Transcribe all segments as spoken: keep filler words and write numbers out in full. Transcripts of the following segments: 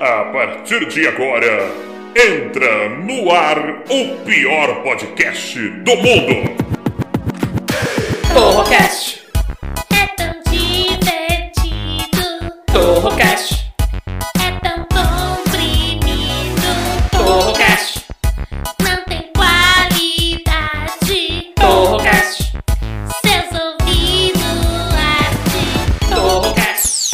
A partir de agora, entra no ar o pior podcast do mundo. TorroCast. É tão divertido. TorroCast. É tão comprimido. TorroCast. Não tem qualidade. TorroCast. Seus ouvidos ardem. TorroCast.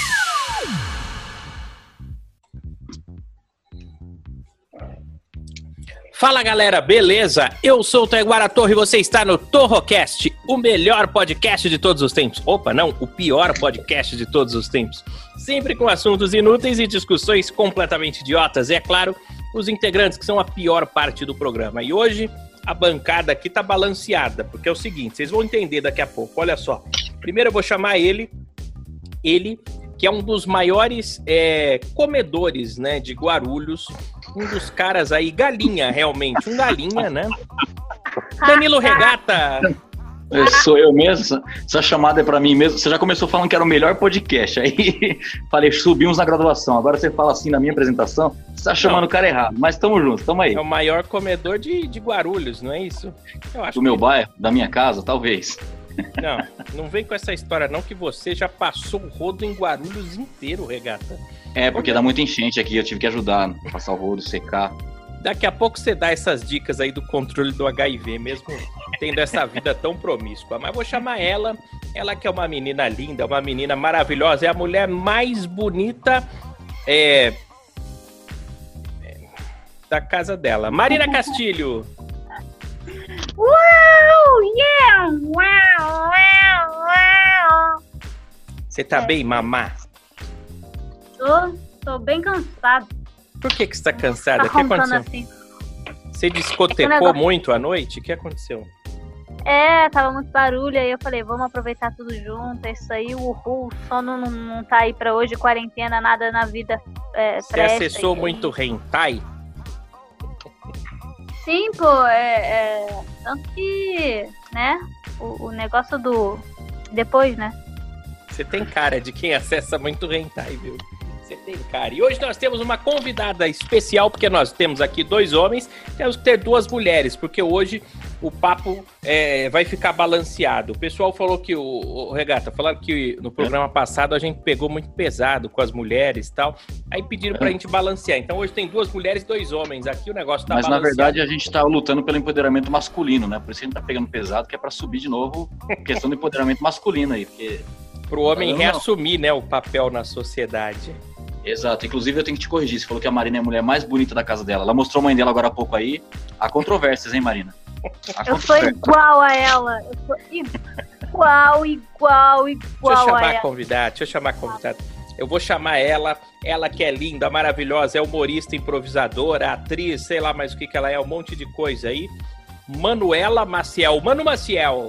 Fala galera, beleza? Eu sou o Taiguara Torre e você está no TorroCast, o melhor podcast de todos os tempos. Opa, não, o pior podcast de todos os tempos. Sempre com assuntos inúteis e discussões completamente idiotas. E é claro, os integrantes que são a pior parte do programa. E hoje a bancada aqui tá balanceada, porque é o seguinte, vocês vão entender daqui a pouco. Olha só, primeiro eu vou chamar ele, ele que é um dos maiores é, comedores, né, de Guarulhos. Um dos caras aí, galinha, realmente, um galinha, né? Danilo Regata. Eu sou eu mesmo? Essa chamada é pra mim mesmo. Você já começou falando que era o melhor podcast. Aí falei, subimos na graduação. Agora você fala assim na minha apresentação, você tá chamando não. o cara errado. Mas tamo junto, tamo aí. É o maior comedor de, de Guarulhos, não é isso? Eu acho Do meu que... bairro, da minha casa, talvez. Não, não vem com essa história não, que você já passou o rodo em Guarulhos inteiro, Regata. É, porque dá muita enchente aqui, eu tive que ajudar a passar o rodo, secar. Daqui a pouco você dá essas dicas aí do controle do H I V, mesmo tendo essa vida tão promíscua. Mas vou chamar ela, ela que é uma menina linda, uma menina maravilhosa, é a mulher mais bonita é, é, da casa dela. Marina Castilho. Uau! Yeah! Uau! Uau! Uau! Você tá é. bem, mamá? Tô, tô bem cansado. Por que que você tá cansada? Tá o que aconteceu? Assim. Você discotecou negócio... muito à noite? O que aconteceu? É, tava muito barulho, aí eu falei, vamos aproveitar tudo junto, é isso aí, uhul, o sono não, não tá aí pra hoje, quarentena, nada na vida é, Você acessou muito hentai? Sim, pô, é, é, tanto que, né, o, o negócio do depois, né? Você tem cara de quem acessa muito hentai, viu? Você tem cara. E hoje nós temos uma convidada especial, porque nós temos aqui dois homens, temos que ter duas mulheres, porque hoje o papo é, vai ficar balanceado. O pessoal falou que, o, o Regata, falaram que no programa passado a gente pegou muito pesado com as mulheres e tal, aí pediram pra gente balancear. Então hoje tem duas mulheres e dois homens aqui, o negócio tá Mas balanceado. Na verdade a gente tá lutando pelo empoderamento masculino, né? Por isso que a gente tá pegando pesado, que é pra subir de novo a questão do empoderamento masculino aí, porque... Pro homem reassumir, né, o papel na sociedade. Exato, inclusive eu tenho que te corrigir, você falou que a Marina é a mulher mais bonita da casa dela. Ela mostrou a mãe dela agora há pouco aí. Há controvérsias, hein, Marina? Há eu sou igual a ela. Eu sou igual, igual, igual deixa eu chamar a ela. a convidada, deixa eu chamar a convidada. Eu vou chamar ela, ela que é linda, maravilhosa, é humorista, improvisadora, atriz, sei lá mais o que que ela é, um monte de coisa aí. Manuela Maciel. Mano Maciel.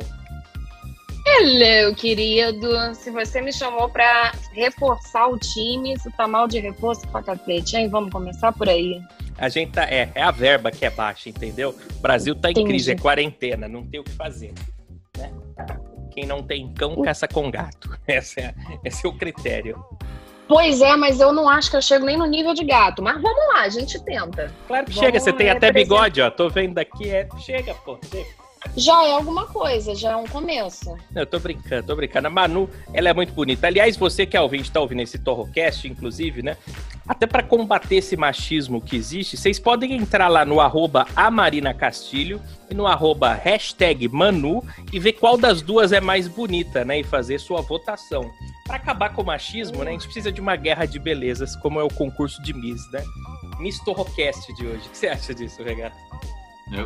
Hello, querido. Se você me chamou pra reforçar o time, se tá mal de reforço pra cacete, hein? Vamos começar por aí. A gente tá, é, é a verba que é baixa, entendeu? O Brasil tá em Entendi. crise, é quarentena, não tem o que fazer, né? Quem não tem cão, caça com gato. Esse é, esse é o critério. Pois é, mas eu não acho que eu chego nem no nível de gato. Mas vamos lá, a gente tenta. Claro que Vamos chega, você tem até representar. bigode, ó. Tô vendo daqui, é... chega, pô, chega. Já é alguma coisa, já é um começo. Não, eu tô brincando, tô brincando. A Manu, ela é muito bonita. Aliás, você que é ouvinte, tá ouvindo esse TorroCast, inclusive, né? Até pra combater esse machismo que existe, vocês podem entrar lá no arroba Amarina Castilho e no arroba hashtag Manu e ver qual das duas é mais bonita, né? E fazer sua votação. Pra acabar com o machismo, né? A gente precisa de uma guerra de belezas, como é o concurso de Miss, né? Miss TorroCast de hoje. O que você acha disso, Regata? Eu...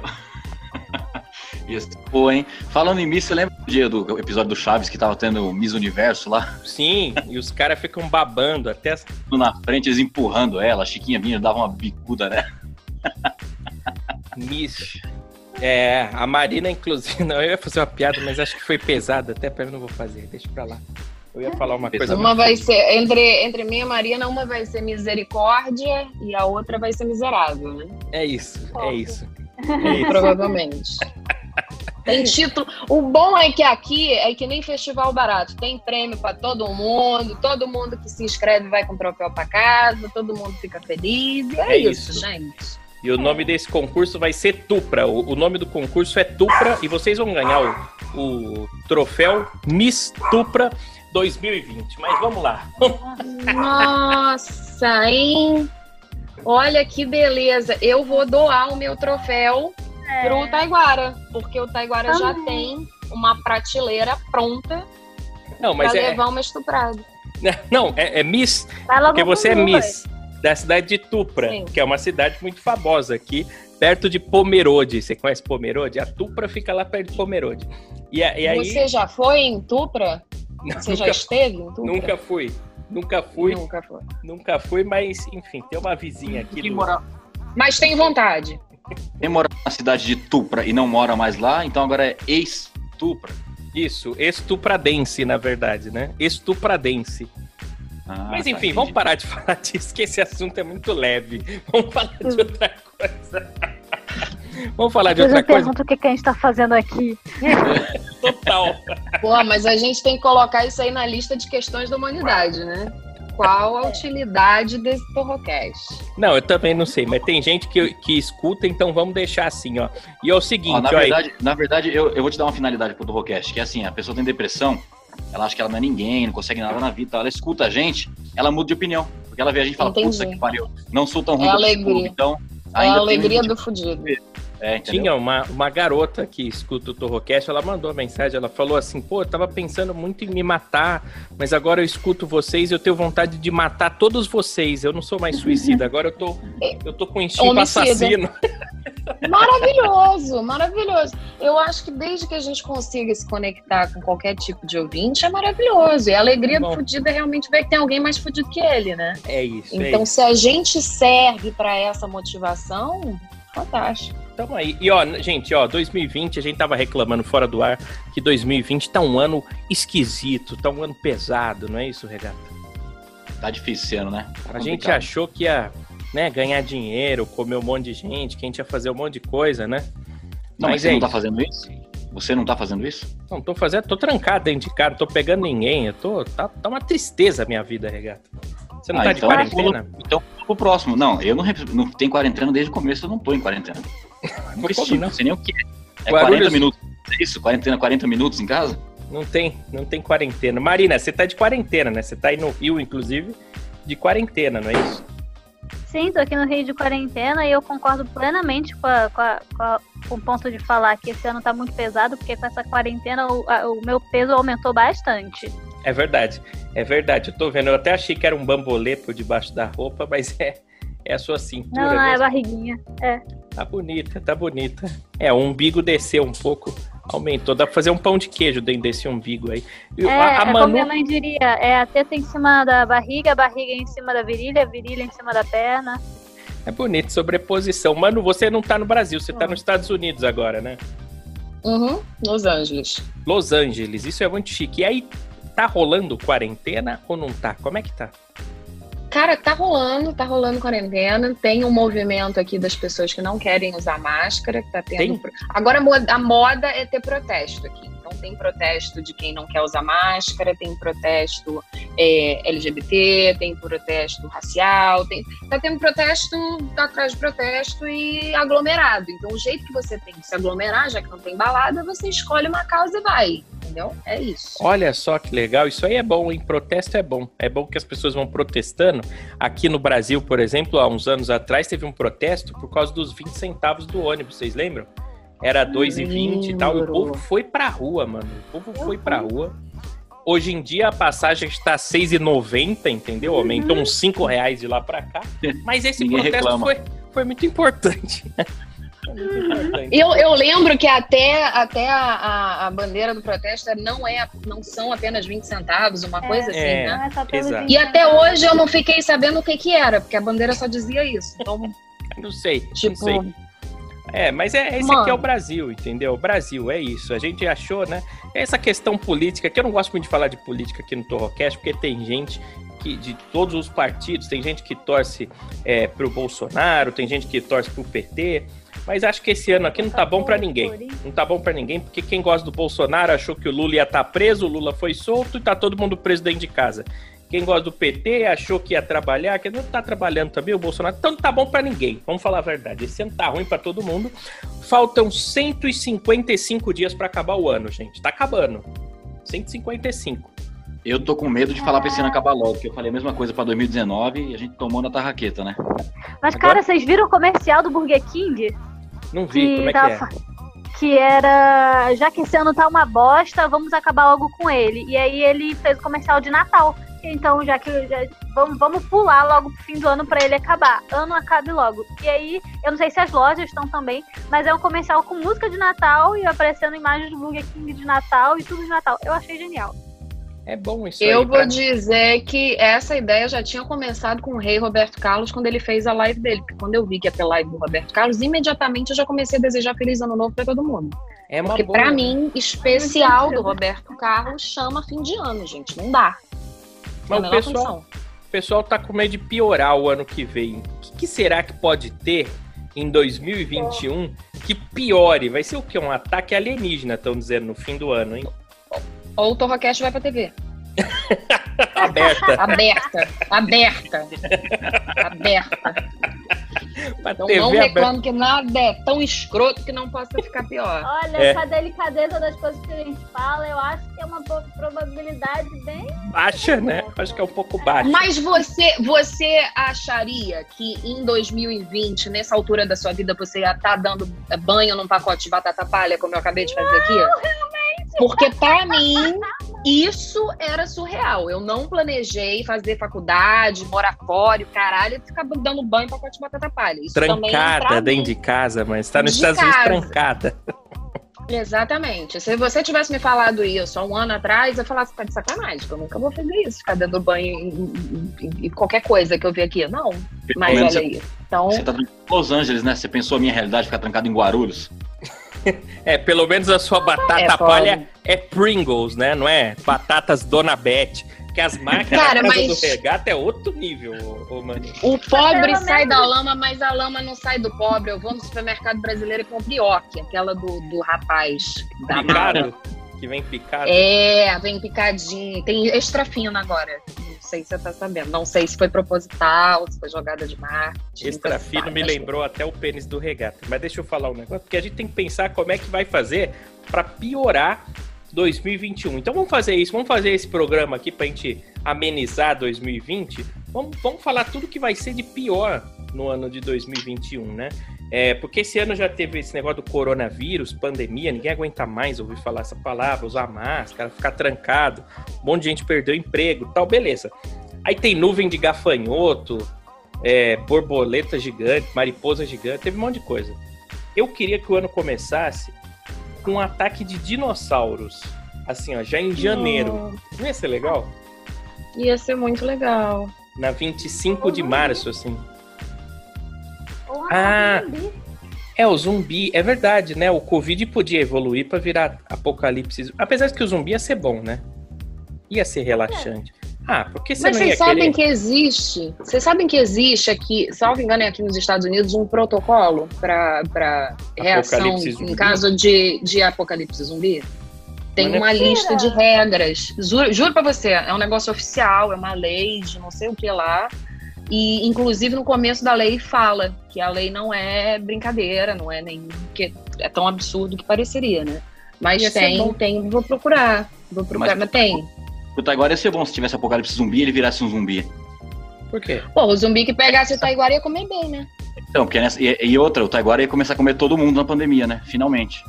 Isso, pô, hein? Falando em Miss, você lembra do dia do episódio do Chaves que tava tendo o Miss Universo lá? Sim, e os caras ficam babando até... Na frente, eles empurrando ela, a Chiquinha vinha, dava uma bicuda, né? Miss... É, a Marina, inclusive... Não, eu ia fazer uma piada, mas acho que foi pesada, até pra mim não vou fazer, deixa pra lá. Eu ia falar uma coisa... Uma vai ser, entre, entre mim e a Marina, uma vai ser misericórdia e a outra vai ser miserável, né? É isso, é isso. É isso. Provavelmente. Tem título. O bom é que aqui é que nem festival barato. Tem prêmio pra todo mundo. Todo mundo que se inscreve vai com troféu pra casa. Todo mundo fica feliz. E é, É isso, isso. gente. E o nome desse concurso vai ser Tupra. O, o nome do concurso é Tupra e vocês vão ganhar o, o troféu Miss Tupra dois mil e vinte. Mas vamos lá. Nossa, hein? Olha que beleza. Eu vou doar o meu troféu É. pro Taiguara, porque o Taiguara já Também. tem uma prateleira pronta Não, mas pra é. levar uma estuprada. Não, é, é Miss, Vai logo porque você é pro Miss da cidade de Tupra, Sim. que é uma cidade muito famosa aqui, perto de Pomerode. Você conhece Pomerode? A Tupra fica lá perto de Pomerode. E, a- e aí. Você já foi em Tupra? Você já nunca, esteve em Tupra? nunca fui. Nunca fui, Nunca foi. nunca fui, mas enfim, tem uma vizinha aqui Quem do. mora, Mas tem vontade. quem mora na cidade de Tupra e não mora mais lá, então agora é ex-Tupra. Isso, estupradense, na verdade, né? Estupradense. Ah, Mas tá, enfim, entendi. vamos parar de falar disso, que esse assunto é muito leve. Vamos falar de outra coisa. Vamos falar de Depois outra eu coisa? pergunto o que, que a gente tá fazendo aqui. Total. Pô, mas a gente tem que colocar isso aí na lista de questões da humanidade, né? Qual a utilidade desse Torrocast? Não, eu também não sei, mas tem gente que, que escuta, então vamos deixar assim, ó. E é o seguinte, Ó, na ó. verdade, na verdade eu, eu vou te dar uma finalidade pro Torrocast, que é assim, a pessoa tem depressão, ela acha que ela não é ninguém, não consegue nada na vida, ela escuta a gente, ela muda de opinião, porque ela vê a gente e fala, Entendi. puta que pariu, não sou tão ruim É quanto esse alegria. povo, então É a ainda tem alegria um do fudido. É, entendeu? Tinha uma, uma garota que escuta o Torrocast, ela mandou uma mensagem, ela falou assim, pô, eu tava pensando muito em me matar, mas agora eu escuto vocês e eu tenho vontade de matar todos vocês, eu não sou mais suicida, agora eu tô, eu tô com instinto Homicida. assassino. Maravilhoso, maravilhoso. Eu acho que desde que a gente consiga se conectar com qualquer tipo de ouvinte, é maravilhoso. E a alegria Bom. do fudido é realmente ver que tem alguém mais fudido que ele, né? É isso, Então, é isso. se a gente serve pra essa motivação, fantástico. Tamo aí. E ó, gente, ó, dois mil e vinte, a gente tava reclamando fora do ar que dois mil e vinte tá um ano esquisito, tá um ano pesado, não é isso, Regata? Tá difícil esse ano, né? Tá A gente complicado. achou que ia, né, ganhar dinheiro, comer um monte de gente, que a gente ia fazer um monte de coisa, né? Não, mas Mas você é não tá isso. fazendo isso? Você não tá fazendo isso? Não, tô fazendo, tô trancado dentro de casa, tô pegando ninguém, eu tô, tá, tá uma tristeza a minha vida, Regata. Você não Ah, tá então de eu quarentena? pulo- Então, pro próximo. Não, eu não, rep- não tenho quarentena desde o começo, eu não tô em quarentena. Nunca Como estive, não? não sei nem o que é. É Guarulhos- quarenta minutos. É isso? Quarentena, quarenta minutos em casa? Não tem, não tem quarentena. Marina, você tá de quarentena, né? Você tá aí no Rio, inclusive, de quarentena, não é isso? Sim, tô aqui no Rio de quarentena e eu concordo plenamente com, a- com, a- com, a- com o ponto de falar que esse ano tá muito pesado, porque com essa quarentena o, a- o meu peso aumentou bastante. É verdade, é verdade. Eu tô vendo, eu até achei que era um bambolê por debaixo da roupa, mas é, é a sua cintura. Não, não, é mesmo. barriguinha. É. Tá bonita, tá bonita. É, o umbigo desceu um pouco, aumentou. Dá pra fazer um pão de queijo dentro desse umbigo aí. E É, a, a é como Manu, minha mãe diria, é a teta em cima da barriga, a barriga em cima da virilha, a virilha em cima da perna. é bonito, sobreposição. Manu, você não tá no Brasil, você tá nos Estados Unidos agora, né? Uhum, Los Angeles. Los Angeles, isso é muito chique. E aí, tá rolando quarentena ou não tá? Como é que tá? Cara, tá rolando, tá rolando quarentena. Tem um movimento aqui das pessoas que não querem usar máscara, que tá tendo. Tem? pro- Agora a moda- a moda é ter protesto aqui. Então tem protesto de quem não quer usar máscara, tem protesto é, L G B T, tem protesto racial, tem... tá tendo protesto atrás de protesto e aglomerado. Então o jeito que você tem de se aglomerar, já que não tem balada, você escolhe uma causa e vai. Entendeu? É isso. Olha só que legal, isso aí é bom, hein? Protesto é bom. É bom que as pessoas vão protestando. Aqui no Brasil, por exemplo, há uns anos atrás, teve um protesto por causa dos vinte centavos do ônibus, vocês lembram? Era dois e vinte e tal, e o Lembro. povo foi pra rua, mano. O povo foi pra rua. Hoje em dia a passagem está seis e noventa, entendeu? Aumentou uns cinco reais de lá pra cá. Mas esse Ninguém protesto reclama. foi, foi muito importante. Foi muito importante. Eu, eu lembro que até, até a, a, a bandeira do protesto não, é, não são apenas vinte centavos, uma coisa assim, É. né? Não é só pelo exato. vinte E até centavos. hoje eu não fiquei sabendo o que que era, porque a bandeira só dizia isso. Então, Não sei, tipo, não sei. É, mas é, esse Mano. aqui é o Brasil, entendeu? O Brasil, é isso. A gente achou, né? Essa questão política, que eu não gosto muito de falar de política aqui no Torrocast, porque tem gente que, de todos os partidos, tem gente que torce é, pro Bolsonaro, tem gente que torce pro P T, Mas acho que esse ano aqui não tá bom pra ninguém. Não tá bom pra ninguém, porque quem gosta do Bolsonaro achou que o Lula ia estar preso, o Lula foi solto e tá todo mundo preso dentro de casa. Quem gosta do P T achou que ia trabalhar, que não tá trabalhando também, o Bolsonaro. Então não tá bom pra ninguém, vamos falar a verdade. Esse ano tá ruim pra todo mundo. Faltam cento e cinquenta e cinco dias pra acabar o ano, gente. Tá acabando. cento e cinquenta e cinco. Eu tô com medo de falar pra esse ano acabar logo, porque eu falei a mesma coisa pra dois mil e dezenove e a gente tomou na tarraqueta, né? Mas, Agora... cara, vocês viram o comercial do Burger King? Não vi, que como é tava... que é? Que era, já que esse ano tá uma bosta, vamos acabar logo com ele. E aí ele fez o comercial de Natal. Então, já que já, vamos, vamos pular logo pro fim do ano pra ele acabar. Ano acabe logo. E aí, eu não sei se as lojas estão também, mas é um comercial com música de Natal e aparecendo imagens do Burger King de Natal e tudo de Natal. Eu achei genial. É bom isso aí. Eu vou pra... dizer que essa ideia já tinha começado com o rei Roberto Carlos quando ele fez a live dele. Porque quando eu vi que ia ter live do Roberto Carlos, imediatamente eu já comecei a desejar Feliz Ano Novo pra todo mundo. É uma Porque boa. pra mim, especial do Roberto Carlos chama fim de ano, gente. Não dá. Mas Não o pessoal, o pessoal tá com medo de piorar o ano que vem. O que, que será que pode ter em dois mil e vinte e um que piore? Vai ser o quê? Um ataque alienígena, estão dizendo, no fim do ano, hein? Ou o Torrocast vai pra T V. Aberta. Aberta. Aberta. Aberta. Pra Então T V não aberta. reclamo que nada é tão escroto que não possa ficar pior. Olha, É. com a delicadeza das coisas que a gente fala, eu acho que é uma po- probabilidade bem... Baixa, né? Acho que é um pouco baixa. Mas você, você acharia que em dois mil e vinte, nessa altura da sua vida, você ia estar dando banho num pacote de batata palha, como eu acabei de fazer aqui? Porque pra mim, isso era surreal. Eu não planejei fazer faculdade, moratório, caralho, e ficar dando banho em pacote de batata palha. Isso também é Trancada pra dentro mim. de casa, mas tá nos De Estados Unidos casa. trancada. Exatamente. Se você tivesse me falado isso há um ano atrás, eu falasse, tá de sacanagem, que eu nunca vou fazer isso, ficar dando banho em, em- em- em qualquer coisa que eu vi aqui. Não, mas menos olha aí. Então, Você tá trancado em Los Angeles, né? Você pensou a minha realidade ficar trancado em Guarulhos? É, pelo menos a sua batata É, palha é Pringles, né? Não é batatas Dona Beth. Que as máquinas Cara, da casa mas- do regata é outro nível, ô, ô mano. o pobre Pelo sai menos- da lama, mas a lama não sai do pobre. Eu vou no supermercado brasileiro e compro ioki, aquela do, do rapaz da mala. Picado, que vem picado. É, vem picadinho. Tem extra fino agora. Não sei se você tá sabendo. Não sei se foi proposital, se foi jogada de marketing. Extra nunca se fino sabe, me mas- lembrou até o pênis do regata. Mas deixa eu falar um negócio, porque a gente tem que pensar como é que vai fazer pra piorar dois mil e vinte e um. Então vamos fazer isso, vamos fazer esse programa aqui pra gente amenizar dois mil e vinte. Vamos, vamos falar tudo que vai ser de pior no ano de dois mil e vinte e um, né? É, porque esse ano já teve esse negócio do coronavírus, pandemia, ninguém aguenta mais ouvir falar essa palavra, usar máscara, ficar trancado, um monte de gente perdeu emprego, tal, beleza. Aí tem nuvem de gafanhoto, é, borboleta gigante, mariposa gigante, teve um monte de coisa. Eu queria que o ano começasse com um ataque de dinossauros, assim, ó, já em janeiro. Não ia ser legal? Ia ser muito legal. Na vinte e cinco de março, assim. Ou um Ah. zumbi. É, o zumbi, é verdade, né? O Covid podia evoluir pra virar apocalipse. Apesar de que o zumbi ia ser bom, né? Ia ser relaxante. Ah, porque você Mas não ia vocês sabem querer... que existe, vocês sabem que existe aqui, salvo engano, é aqui nos Estados Unidos, um protocolo para reação Apocalipse zumbi? em caso de, de apocalipse zumbi? Tem Mas não uma é lista de possível. regras. Juro, juro para você, é um negócio oficial, é uma lei de não sei o que lá. E, inclusive, no começo da lei fala que a lei não é brincadeira, não é nem que é tão absurdo que pareceria, né? Mas Ia ser tem, bom. tem, vou procurar, vou procurar, Mas- mas tem. O Taiguara ia ser bom se tivesse apocalipse zumbi e ele virasse um zumbi. Por quê? Pô, o zumbi que pegasse o Taiguara ia comer bem, né? Então, porque nessa, e, e outra, o Taiguara ia começar a comer todo mundo na pandemia, né? Finalmente.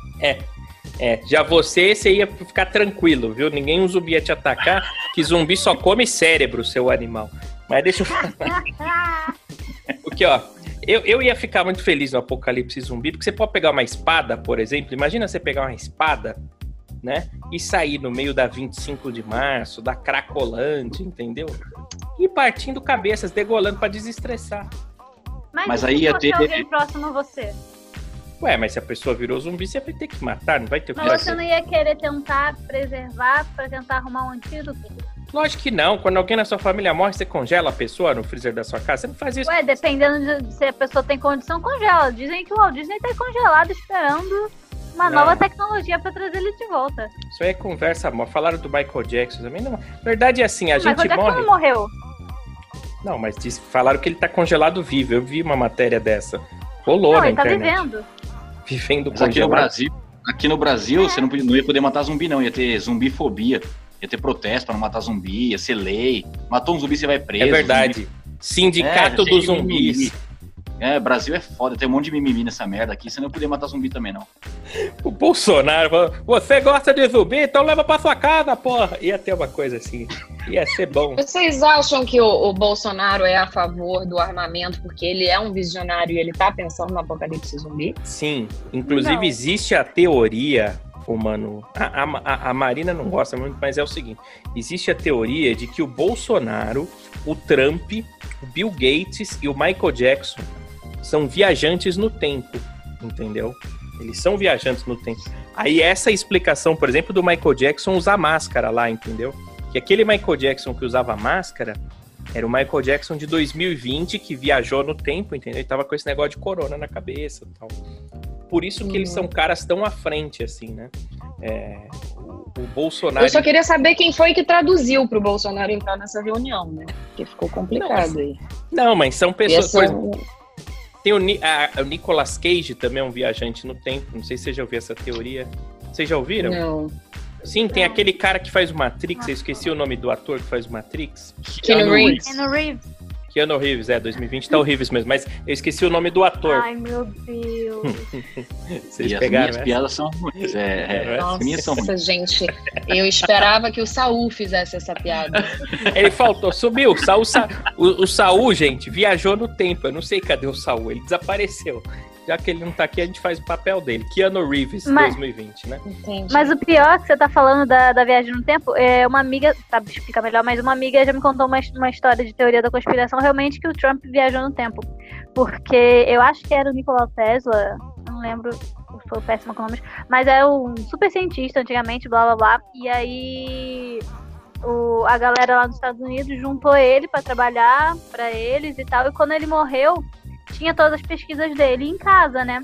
É, já você, você ia ficar tranquilo, viu? Ninguém um zumbi ia te atacar, que zumbi só come cérebro, seu animal. Mas deixa eu falar. Porque, ó, eu, eu ia ficar muito feliz no apocalipse zumbi, porque você pode pegar uma espada, por exemplo. Imagina você pegar uma espada, né? E sair no meio da vinte e cinco de março, da Cracolândia, entendeu? E partindo cabeças, degolando pra desestressar. Mas, Mas e aí se ia fosse ter- alguém próximo a você? Ué, mas se a pessoa virou zumbi, você vai ter que matar, não vai ter o que Mas você fazer. não ia querer tentar preservar pra tentar arrumar um antídoto? Lógico que não. Quando alguém na sua família morre, você congela a pessoa no freezer da sua casa? Você não faz isso. Ué, dependendo de se a pessoa tem condição, congela. Dizem que o Walt Disney tá congelado esperando uma Não. nova tecnologia pra trazer ele de volta. Isso aí é conversa. Falaram do Michael Jackson também. Não. Na verdade é assim, a Mas gente onde é que morre... ele morreu? Não, mas disse, falaram que ele tá congelado vivo. Eu vi uma matéria dessa. Rolou Não, na ele tá internet. vivendo. Vivendo Mas aqui no congelado. Brasil, aqui no Brasil você não, podia- não ia poder matar zumbi, não. Ia ter zumbifobia. Ia ter protesto pra não matar zumbi, ia ser lei. Matou um zumbi, você vai preso. É verdade. Sindicato É, dos cheio de zumbis. mimimi. É, Brasil é foda, tem um monte de mimimi nessa merda aqui, você não ia poder matar zumbi também, não. O Bolsonaro falou, você gosta de zumbi? Então leva pra sua casa, porra. Ia ter uma coisa assim. Ia ser bom. Vocês acham que o, o Bolsonaro é a favor do armamento porque ele é um visionário e ele tá pensando no apocalipse zumbi? Sim. Inclusive Não. existe a teoria, o mano... A, a, a Marina não gosta muito, mas é o seguinte. Existe a teoria de que o Bolsonaro, o Trump, o Bill Gates e o Michael Jackson são viajantes no tempo, entendeu? Eles são viajantes no tempo. Aí essa explicação, por exemplo, do Michael Jackson usar máscara lá, entendeu? Que aquele Michael Jackson que usava máscara era o Michael Jackson de dois mil e vinte que viajou no tempo, entendeu? E tava com esse negócio de corona na cabeça e tal. Por isso que eles são caras tão à frente, assim, né? É, o, o Bolsonaro... Eu só queria saber quem foi que traduziu pro Bolsonaro entrar nessa reunião, né? Porque ficou complicado aí. Não, mas são pessoas... Essa- por exemplo, tem o, Ni- a- o Nicolas Cage também é um viajante no tempo. Não sei se você já ouviu essa teoria. Vocês já ouviram? Não. Sim, tem aquele cara que faz o Matrix. Eu esqueci o nome do ator que faz o Matrix. Keanu Reeves. Keanu Reeves. Keanu Reeves, é, dois mil e vinte tá o Reeves mesmo. Mas eu esqueci o nome do ator. Ai, meu Deus. Vocês e as pegaram minhas essa? piadas são ruins. É, é, as minhas são ruins. Nossa, gente, eu esperava que o Saul fizesse essa piada. Ele faltou, subiu. Saul, Sa... o, o Saul, gente, viajou no tempo. Eu não sei cadê o Saul, ele desapareceu. Já que ele não tá aqui, a gente faz o papel dele. Keanu Reeves, Mas- dois mil e vinte, né? Entendi. Mas o pior que você tá falando da, da viagem no tempo, é uma amiga, sabe explicar melhor, mas uma amiga já me contou uma, uma história de teoria da conspiração, realmente, que o Trump viajou no tempo. Porque eu acho que era o Nikola Tesla, não lembro, eu sou péssima com nomes, mas era um super cientista antigamente, blá blá blá, e aí o, a galera lá nos Estados Unidos juntou ele pra trabalhar pra eles e tal, e quando ele morreu, tinha todas as pesquisas dele em casa, né?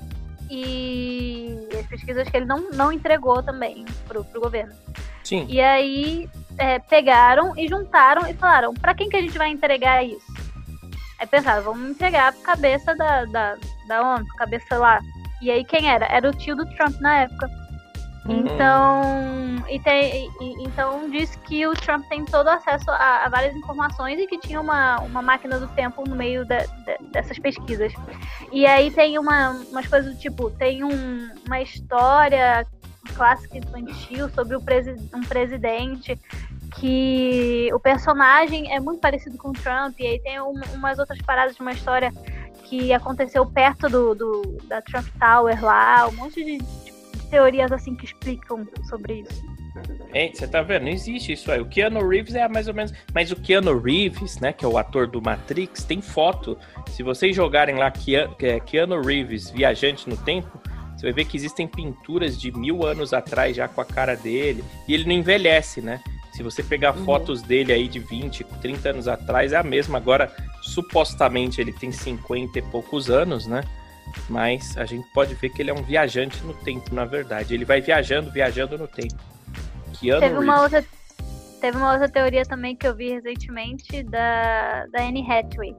E as pesquisas que ele não, não entregou também pro, pro governo. Sim. E aí é, pegaram e juntaram e falaram, pra quem que a gente vai entregar isso? Aí pensaram, vamos entregar pra cabeça da, da, da ONU, pra cabeça lá. E aí quem era? Era o tio do Trump na época. Uhum. Então, e tem, e- então diz que o Trump tem todo acesso a, a várias informações e que tinha uma, uma máquina do tempo no meio da- da- dessas pesquisas. E aí tem uma, umas coisas do tipo, tem um- uma história clássica infantil sobre o presi- um presidente que o personagem é muito parecido com o Trump, e aí tem um- umas outras paradas de uma história que aconteceu perto do, do- da Trump Tower lá, um monte de teorias assim que explicam sobre isso. Hein, você tá vendo? Não existe isso aí. O Keanu Reeves é mais ou menos... Mas o Keanu Reeves, né, que é o ator do Matrix, tem foto. Se vocês jogarem lá Keanu, que é Keanu Reeves, viajante no tempo, você vai ver que existem pinturas de mil anos atrás já com a cara dele. E ele não envelhece, né? Se você pegar Uhum. fotos dele aí de vinte, trinta anos atrás, é a mesma. Agora, supostamente, ele tem cinquenta e poucos anos, né? Mas a gente pode ver que ele é um viajante no tempo, na verdade. Ele vai viajando, viajando no tempo. Keanu Teve uma, Reeves. outra, teve uma outra teoria também que eu vi recentemente da, da Anne Hathaway.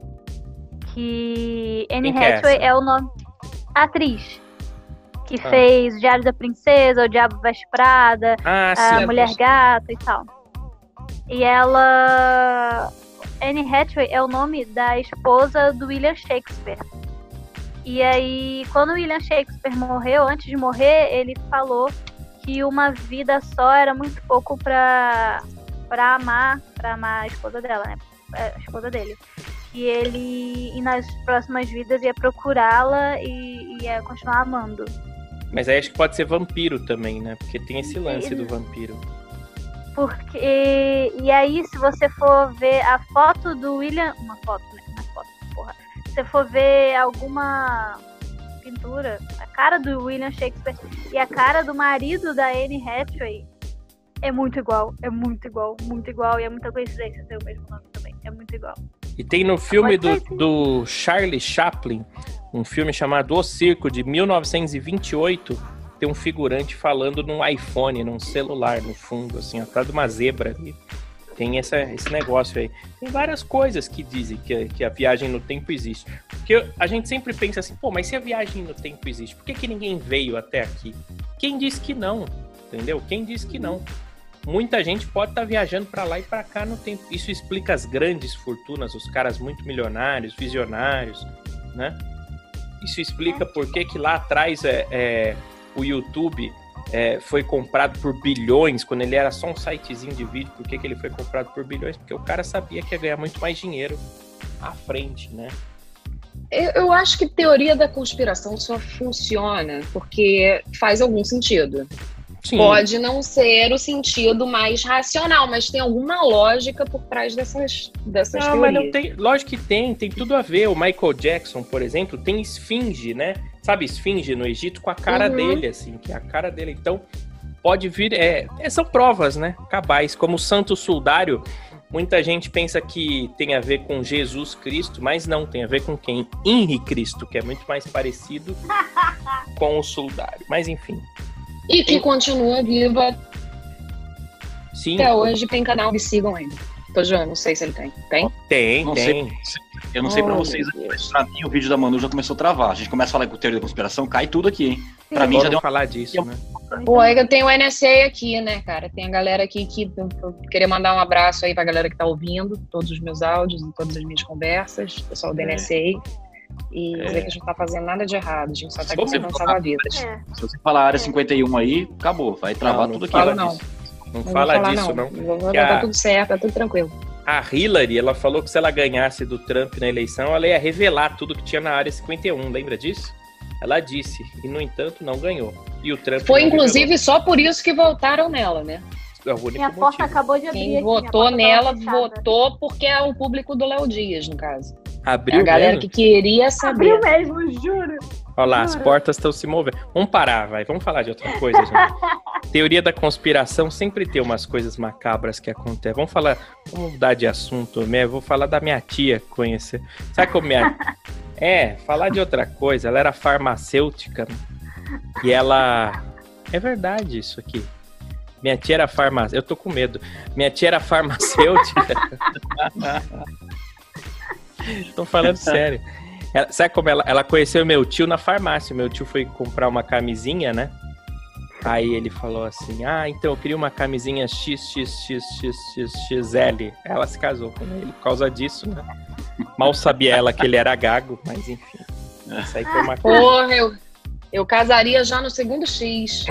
Que Anne Quem que é Hathaway essa? é o nome. A atriz. Que Ah. fez Diário da Princesa, O Diabo Veste Prada, Ah, a sim. Mulher Gato e tal. E ela. Anne Hathaway é o nome da esposa do William Shakespeare. E aí, quando o William Shakespeare morreu, antes de morrer, ele falou que uma vida só era muito pouco pra, pra amar, pra amar a esposa dela, né? A esposa dele. E ele, e nas próximas vidas, ia procurá-la e ia continuar amando. Mas aí acho que pode ser vampiro também, né? Porque tem esse lance do vampiro. Porque. E aí, se você for ver a foto do William. Uma foto, né? Uma foto, porra. Se você for ver alguma pintura, a cara do William Shakespeare e a cara do marido da Anne Hathaway É muito igual, é muito igual, muito igual. E é muita coincidência ter o mesmo nome também. É muito igual. E tem no filme do, Pode ser, sim. do Charlie Chaplin, um filme chamado O Circo, de mil novecentos e vinte e oito, tem um figurante falando num iPhone, num celular, no fundo, assim, atrás de uma zebra ali. Tem essa, esse negócio aí. Tem várias coisas que dizem que, que a viagem no tempo existe. Porque a gente sempre pensa assim, pô, mas se a viagem no tempo existe, por que, que ninguém veio até aqui? Quem disse que não? Entendeu? Quem disse que não? Muita gente pode estar viajando para lá e para cá no tempo. Isso explica as grandes fortunas, os caras muito milionários, visionários, né? Isso explica por que que lá atrás é, é, o YouTube é, foi comprado por bilhões, quando ele era só um sitezinho de vídeo. Por que que ele foi comprado por bilhões? Porque o cara sabia que ia ganhar muito mais dinheiro à frente, né? Eu, eu acho que teoria da conspiração só funciona porque faz algum sentido. Sim. Pode não ser o sentido mais racional, mas tem alguma lógica por trás dessas, dessas Não, teorias. mas não tem. Lógico que tem, tem tudo a ver. O Michael Jackson, por exemplo, tem esfinge, né? Sabe, esfinge no Egito com a cara Uhum. dele, assim, que é a cara dele. Então, pode vir. É, é, são provas, né? Cabais. Como o Santo Sudário, muita gente pensa que tem a ver com Jesus Cristo, mas não, tem a ver com quem? Henri Cristo, que é muito mais parecido com o Sudário. Mas enfim. E que continua viva Sim. até hoje, tem canal, me sigam ainda. Tô zoando, não sei se ele tem. Tem? Tem, Não tem. sei, eu não sei pra Oh, vocês, meu mas pra mim o vídeo da Manu já começou a travar. A gente começa a falar com teoria da conspiração, cai tudo aqui, hein? Pra mim já Vamos deu uma... falar disso, né? Pô, aí eu tenho o N S A aqui, né, cara? Tem a galera aqui que eu queria mandar um abraço aí pra galera que tá ouvindo todos os meus áudios e todas as minhas conversas, pessoal do É. N S A. E É. dizer que a gente não tá fazendo nada de errado, a gente só tá Vamos tentando falar. salvar vidas. É. Se você falar área cinquenta e um aí, acabou. Vai travar Não, não tudo aqui. fala vai. não. Não Não vou fala falar, disso, não. Vou- vou- Que Tá a- tudo certo, tá tudo tranquilo. A Hillary, ela falou que se ela ganhasse do Trump na eleição, ela ia revelar tudo que tinha na área cinquenta e um, lembra disso? Ela disse, e no entanto não ganhou. E o Trump Foi não inclusive só por isso que votaram nela, né? revelou. É o único Minha porta motivo. acabou de abrir Quem aqui, minha votou porta tava nela, fechada. votou porque é o público do Léo Dias, no caso. É Abriu a galera mesmo? que queria saber. Abriu mesmo, juro. Olha lá, as Juro. portas estão se movendo. Vamos parar, vai. Vamos falar de outra coisa, gente. Teoria da conspiração sempre tem umas coisas macabras que acontecem. Vamos falar, vamos mudar de assunto, né? Vou falar da minha tia conhecer. Sabe como minha... É, falar de outra coisa. Ela era farmacêutica e ela... É verdade isso aqui. Minha tia era farmacêutica. Eu tô com medo. Minha tia era farmacêutica. Tô falando sério. Ela, sabe como ela, ela conheceu meu tio na farmácia? Meu tio foi comprar uma camisinha, né? Aí ele falou assim, ah, então eu queria uma camisinha X X X X X X L. Ela se casou com ele por causa disso, né? Mal sabia ela que ele era gago, mas enfim. Isso aí foi uma coisa. Porra, eu, eu casaria já no segundo X.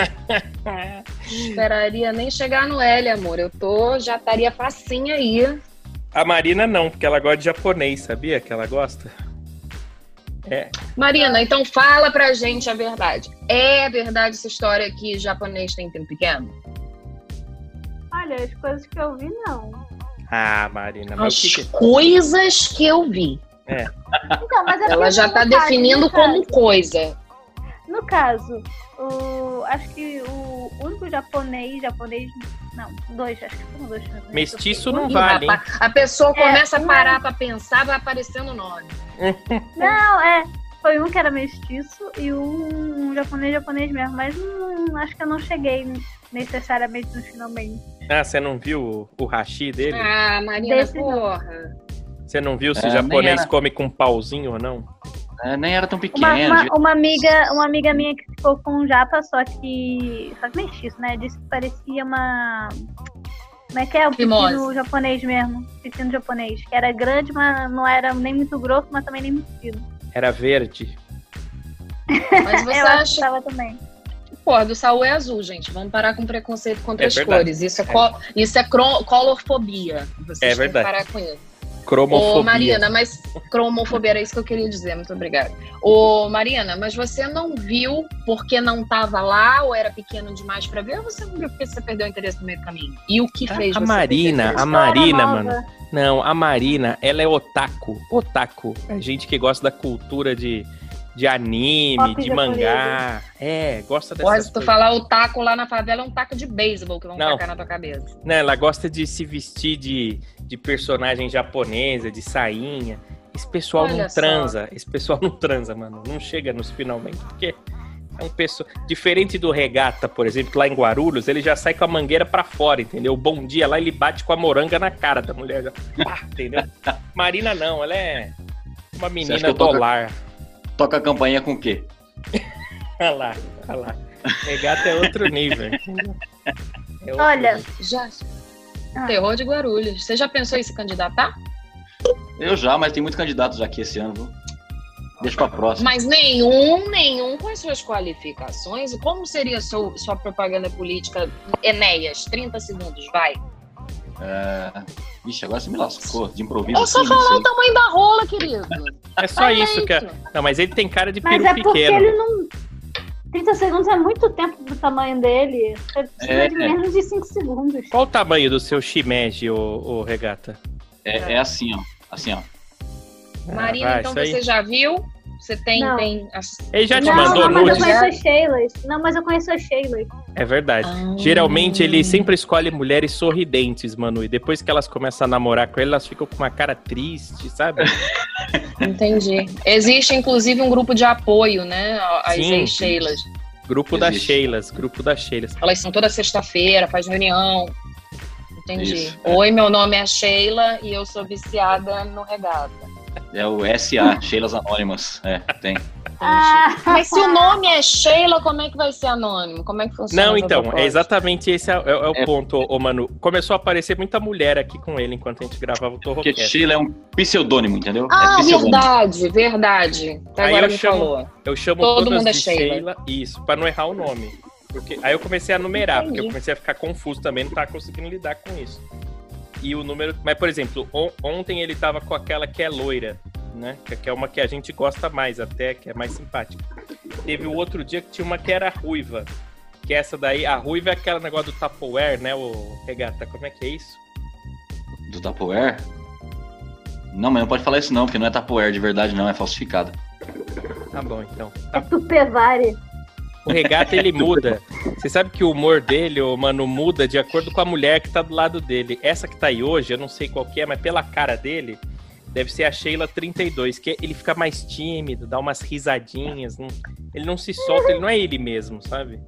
Esperaria nem chegar no L, amor. Eu tô, já estaria facinha aí. A Marina não, porque ela gosta de japonês, sabia que ela gosta? É. Marina, então fala pra gente a verdade. É verdade essa história que japonês tem pinto pequeno? Olha, as coisas que eu vi, não. Ah, Marina, mas As o que que... coisas que eu vi. Então, mas é Ela porque já no tá caso, definindo no como caso- coisa. No caso, o, acho que o único japonês, japonês, não, dois, acho que foram dois. japoneses Mestiço que eu não vi. Ih, vale, hein? rapaz, a pessoa É, começa a um parar é- pra pensar, vai aparecendo o nome. Não, é, foi um que era mestiço e um, um japonês, japonês mesmo, mas hum, acho que eu não cheguei necessariamente no finalmente. Ah, você não viu o, o hashi dele? Ah, Marina, Desse não. porra. Você não viu se É, japonês nem era. come com pauzinho ou não? É, nem era tão pequeno. Uma, uma, devia- uma amiga, uma amiga minha que ficou com um japa, só que. Só que mestiço, né? Disse que parecia uma. Como é que é? Um Fimose. pepino japonês mesmo. Pepino japonês. Que era grande, mas não era nem muito grosso, mas também nem muito fino. Era verde. Mas você Eu acho que acha tava também. Pô, do Saul é azul, gente. Vamos parar com preconceito contra É as verdade. cores. Isso é, co- isso é cro- colorfobia. Vocês É têm verdade. que parar com isso. Cromofobia. Ô, Marina, mas cromofobia era isso que eu queria dizer. Muito obrigada. Ô, Marina, mas você não viu porque não estava lá ou era pequeno demais pra ver? Ou você não viu porque você perdeu o interesse no meio do caminho? E o que A- fez a você Marina, perder o a interesse? Marina, História mano. nova. Não, a Marina, ela é otaku. Otaku. É gente que gosta da cultura de, de anime, Pop de mangá. É, gosta dessas Pode tu coisas. falar o taco lá na favela, é um taco de beisebol que vão Não. tacar na tua cabeça. Né, ela gosta de se vestir de, de personagem japonesa, de sainha. Esse pessoal Olha não só. transa. Esse pessoal não transa, mano. Não chega nos finalmente, porque é um pessoal... Diferente do Regata, por exemplo, lá em Guarulhos, ele já sai com a mangueira pra fora, entendeu? Bom dia, lá ele bate com a moranga na cara da mulher. Já, pá, entendeu? Marina não, ela é uma acha menina que eu toco- dólar. Toca a campainha com o quê? Olha lá, olha lá. Regata é outro nível, entendeu? É outro Olha, nível. Já. Ah. Terror de Guarulhos. Você já pensou em se candidatar? Eu já, mas tem muitos candidatos já aqui esse ano, viu? Deixa pra próxima. Mas nenhum, nenhum com as suas qualificações. E como seria seu, sua propaganda política? Enéas, trinta segundos, vai. É... Ixi, agora você me lascou. De improviso É só assim, não falar sei. o tamanho da rola, querido. É só isso que... Eleito. Não, mas ele tem cara de mas peru é porque pequeno. ele não. trinta segundos é muito tempo do tamanho dele. Você precisa É, de é. menos de cinco segundos. Qual o tamanho do seu shimeji, ô, ô Regata? É, é assim, ó. Assim, ó. Marina, vai, então isso aí. você já viu? Você tem, Não. tem as- Ele já te Não, mandou não, mas eu nudes? conheço as Sheilas. Não, mas eu conheço as Sheilas. É verdade. Ah. Geralmente ele sempre escolhe mulheres sorridentes, Manu. E depois que elas começam a namorar com ele, elas ficam com uma cara triste, sabe? Entendi. Existe, inclusive, um grupo de apoio, né? As Sim. ex-Sheilas. Grupo das Existe. Sheilas, grupo das Sheilas. Elas são toda sexta-feira, faz reunião. Entendi. Isso, é. Oi, meu nome é Sheila e eu sou viciada no Regata. É o S A, Sheilas Anônimas. É, tem. Ah, Mas se o nome é Sheila, como é que vai ser anônimo? Como é que funciona? Não, essa então, proposta? é exatamente esse é, é- é o É. ponto, ô Manu. Começou a aparecer muita mulher aqui com ele enquanto a gente gravava o Porque Torrocast. Sheila é um pseudônimo, entendeu? Ah, é pseudônimo. verdade, verdade. Até Aí agora eu me chamo- falou. Eu chamo Todo todas mundo é de Sheila. Sheila, isso, pra não errar o nome. Porque, aí eu comecei a numerar, Entendi. porque eu comecei a ficar confuso também, não tava conseguindo lidar com isso. E o número... Mas, por exemplo, on- ontem ele tava com aquela que é loira, né? Que que é uma que a gente gosta mais até, que é mais simpática. Teve o outro dia que tinha uma que era ruiva. Que essa daí, a ruiva é aquele negócio do Tupperware, né, o Regata? Como é que é isso? Do Tupperware? Não, mas não pode falar isso não, porque não é Tupperware de verdade não, é falsificado. Tá bom, então. é Tupperware. O Regata, ele muda. Você sabe que o humor dele, ô, mano, muda de acordo com a mulher que tá do lado dele. Essa que tá aí hoje, eu não sei qual que é, mas pela cara dele, deve ser a Sheila trinta e dois, que ele fica mais tímido, dá umas risadinhas, não- ele não se solta, ele não é ele mesmo, sabe?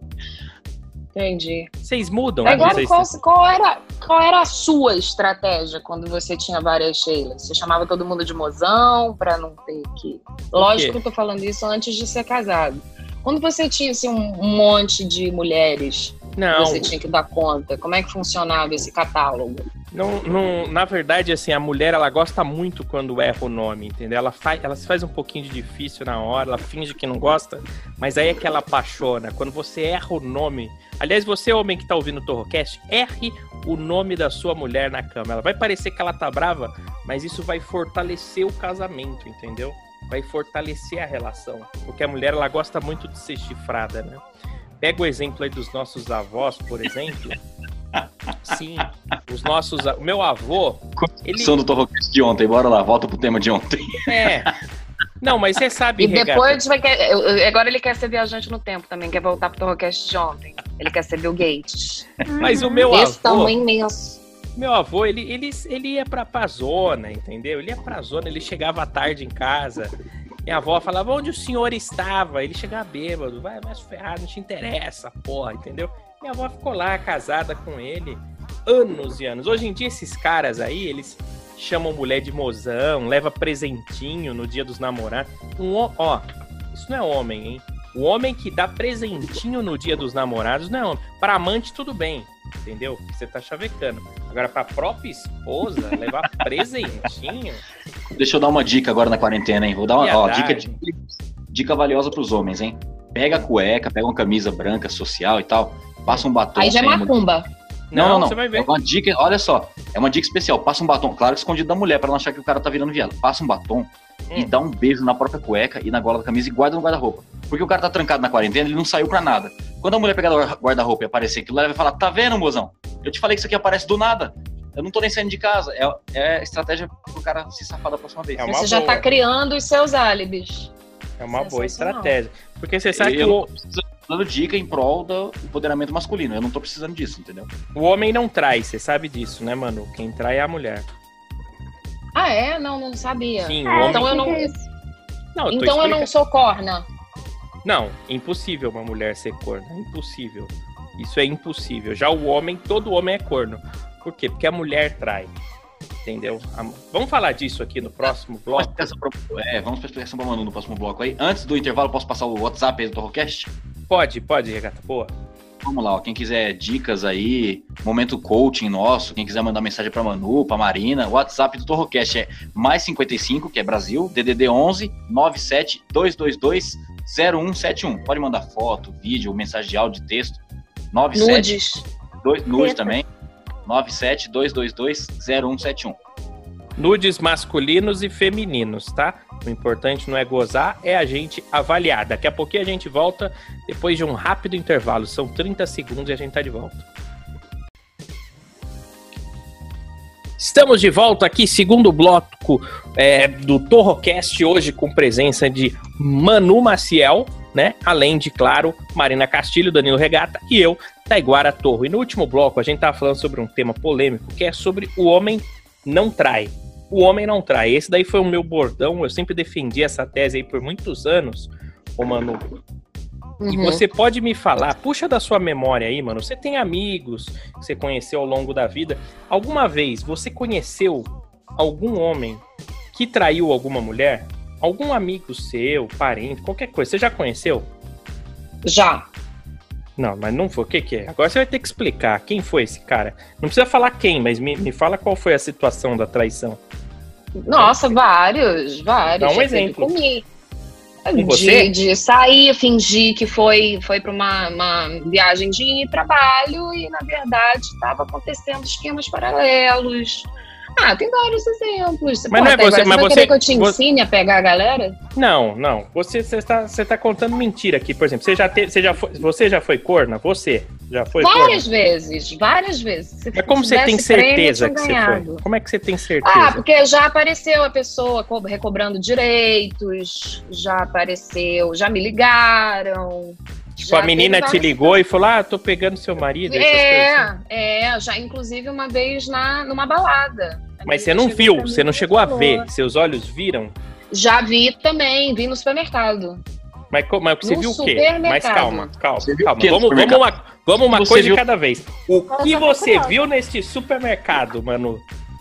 Entendi. Vocês mudam, né? Agora, Vocês- qual, qual, era, qual era a sua estratégia quando você tinha várias Sheilas? Você chamava todo mundo de mozão pra não ter que... Lógico que eu tô falando isso antes de ser casado. Quando você tinha assim, um um monte de mulheres que Não, você tinha que dar conta, como é que funcionava esse catálogo? não, não, na verdade, assim, a mulher, ela gosta muito quando erra o nome, entendeu? Ela, faz, ela se faz um pouquinho de difícil na hora, ela finge que não gosta, mas aí é que ela apaixona. Quando você erra o nome... Aliás, você, homem que tá ouvindo o Torrocast, erre o nome da sua mulher na cama. Ela vai parecer que ela tá brava, mas isso vai fortalecer o casamento, entendeu? Vai fortalecer a relação. Porque a mulher, ela gosta muito de ser chifrada, né? Pega o exemplo aí dos nossos avós, por exemplo. Sim, os nossos... a- O meu avô, ele... São do Torrocast de ontem, bora lá, volta pro tema de ontem. É... Não, mas você sabe, E Regata, depois vai querer, eu- eu- agora ele quer ser viajante no tempo também, quer voltar pro Torrocast de ontem. Ele quer ser Bill Gates. mas o meu Esse avô... tamanho imenso. Meu avô, ele, ele, ele ia pra, pra zona, entendeu? Ele ia pra zona, ele chegava à tarde em casa. Minha avó falava, onde o senhor estava? Ele chegava bêbado, vai, vai se ferrar, não te interessa, porra, entendeu? Minha avó ficou lá, casada com ele, anos e anos. Hoje em dia, esses caras aí, eles chamam mulher de mozão, leva presentinho no dia dos namorados. Um, ho- ó, isso não é homem, hein? O homem que dá presentinho no dia dos namorados não é homem. Pra amante, tudo bem, entendeu? Você tá chavecando. Agora, pra própria esposa, levar presentinho... Deixa eu dar uma dica agora na quarentena, hein? Vou dar uma ó, dica, Viadagem. dica valiosa pros homens, hein? Pega a cueca, pega uma camisa branca social e tal, passa um batom. Aí já é sem- macumba. Não, não, não. Você vai ver. É uma dica, olha só, é uma dica especial. Passa um batom, claro que escondido da mulher, pra não achar que o cara tá virando viado. Passa um batom e Hum. dá um beijo na própria cueca e na gola da camisa e guarda no guarda-roupa. Porque o cara tá trancado na quarentena, ele não saiu pra nada. Quando a mulher pegar o guarda-roupa e aparecer aquilo, ela vai falar, tá vendo, mozão? Eu te falei que isso aqui aparece do nada. Eu não tô nem saindo de casa. É, é estratégia pro cara se safar da próxima vez. É uma Você já boa. tá criando os seus álibis. É uma boa Sensacional. estratégia. Porque você sabe que Eu o, tô precisando dando dica em prol do empoderamento masculino. Eu não tô precisando disso, entendeu? o homem não trai, você sabe disso, né, Manu? Quem trai é a mulher. Ah, é? Não, não sabia. Sim, o É, homem... Então eu não, que que é isso? Não, eu tô então eu não explicando. sou corna. Não, impossível uma mulher ser corna. Impossível. Isso é impossível. Já o homem, todo homem é corno. Por quê? Porque a mulher trai. Entendeu? A- Vamos falar disso aqui no próximo Vamos bloco? explicação pra- É, vamos para explicação pra Manu no próximo bloco aí. Antes do intervalo, posso passar o WhatsApp aí do Torrocast? Pode, pode, Regata. Boa. Vamos lá, ó. Quem quiser dicas aí, momento coaching nosso, quem quiser mandar mensagem pra Manu, pra Marina, o WhatsApp do Torrocast é mais cinquenta e cinco, que é Brasil, D D D onze nove sete dois dois dois zero um sete um. Pode mandar foto, vídeo, mensagem de áudio, texto. nove sete Nudes. dois nude Eita. também. nove sete dois dois dois zero um sete um. Nudes masculinos e femininos, tá? O importante não é gozar, é a gente avaliar. Daqui a pouquinho a gente volta depois de um rápido intervalo. São trinta segundos e a gente tá de volta. Estamos de volta aqui, segundo bloco é, do Torrocast, hoje com presença de Manu Maciel, né? Além de, claro, Marina Castilho, Danilo Regata e eu, Taiguara Torro. E no último bloco a gente tava falando sobre um tema polêmico, que é sobre o homem não trai. O homem não trai. Esse daí foi o meu bordão, eu sempre defendi essa tese aí por muitos anos, ô Manu. E Uhum. você pode me falar, puxa da sua memória aí, mano, você tem amigos que você conheceu ao longo da vida. Alguma vez você conheceu algum homem que traiu alguma mulher? Algum amigo seu, parente, qualquer coisa, você já conheceu? Já. Não, mas não foi. O que que é? Agora você vai ter que explicar quem foi esse cara. Não precisa falar quem, mas me, me fala qual foi a situação da traição. Nossa, vários, vários. Dá um Já teve exemplo. comigo. Com você? De, de sair, fingir que foi, foi para uma, uma viagem de trabalho e, na verdade, estava acontecendo esquemas paralelos. Ah, tem vários exemplos. Mas não é Até você- agora, mas vai você- querer que eu te você- ensine a pegar a galera? Não, não. Você você está você tá contando mentira aqui. Por exemplo, você já, te, você já, foi, você já foi corna? Você já foi Várias corna? vezes, várias vezes. Se Mas como você tem tivesse prêmio, certeza eu que tinha você ganhado. foi? Como é que você tem certeza? Ah, porque já apareceu a pessoa co- recobrando direitos, já apareceu, já me ligaram. Tipo, a menina te ligou e falou, ah, tô pegando seu marido. essas coisas assim. É, é, já inclusive uma vez na, numa balada. A Mas você menina não chegou viu, pra mim você não e chegou a falou. ver. Seus olhos viram? Já vi também, vi no supermercado. Mas, co- mas você No viu o quê? supermercado. Mas calma, calma, Você viu o calma. quê no Vamos, vamos supermercado? uma, vamos uma Você coisa de viu- cada vez. O Eu que tô você curiosa. viu neste supermercado, Manu?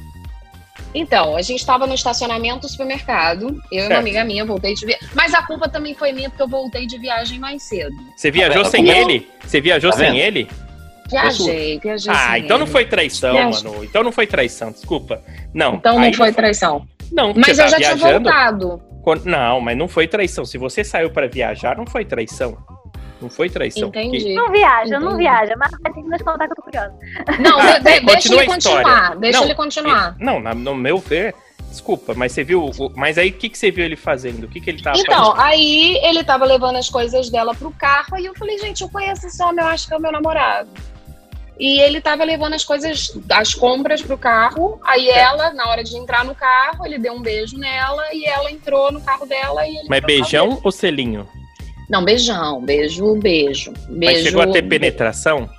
Então, a gente estava no estacionamento do supermercado, eu e Certo. uma amiga minha, voltei de viagem. Mas a culpa também foi minha, porque eu voltei de viagem mais cedo. Você viajou Tá sem vendo? ele? Você viajou Tá sem vendo? ele? Viajei, viajei. Ah, sem então não ele. foi traição, Viaje- mano. Então não foi traição, desculpa. Não. Então não aí foi traição. Não, Mas você eu tá já tinha viajando. voltado. Quando- Não, mas não foi traição. Se você saiu pra viajar, não foi traição. Não foi traição. Entendi. Não viaja, não Entendi. viaja, mas vai ter que nos contar que eu tô curiosa. Não, Ah, de- de- deixa continua ele a história. continuar. Deixa Não, ele continuar. Não, na- no meu ver, desculpa, mas você viu. o- Mas aí o que, que você viu ele fazendo? O que, que ele tava Então, fazendo? aí ele tava levando as coisas dela pro carro, aí eu falei, gente, eu conheço esse homem, eu acho que é o meu namorado. E ele tava levando as coisas, as compras pro carro, aí ela, na hora de entrar no carro, ele deu um beijo nela e ela entrou no carro dela e ele Mas entrou no carro beijão dele. ou selinho? Não, beijão, beijo, beijo. Mas beijo chegou a ter penetração?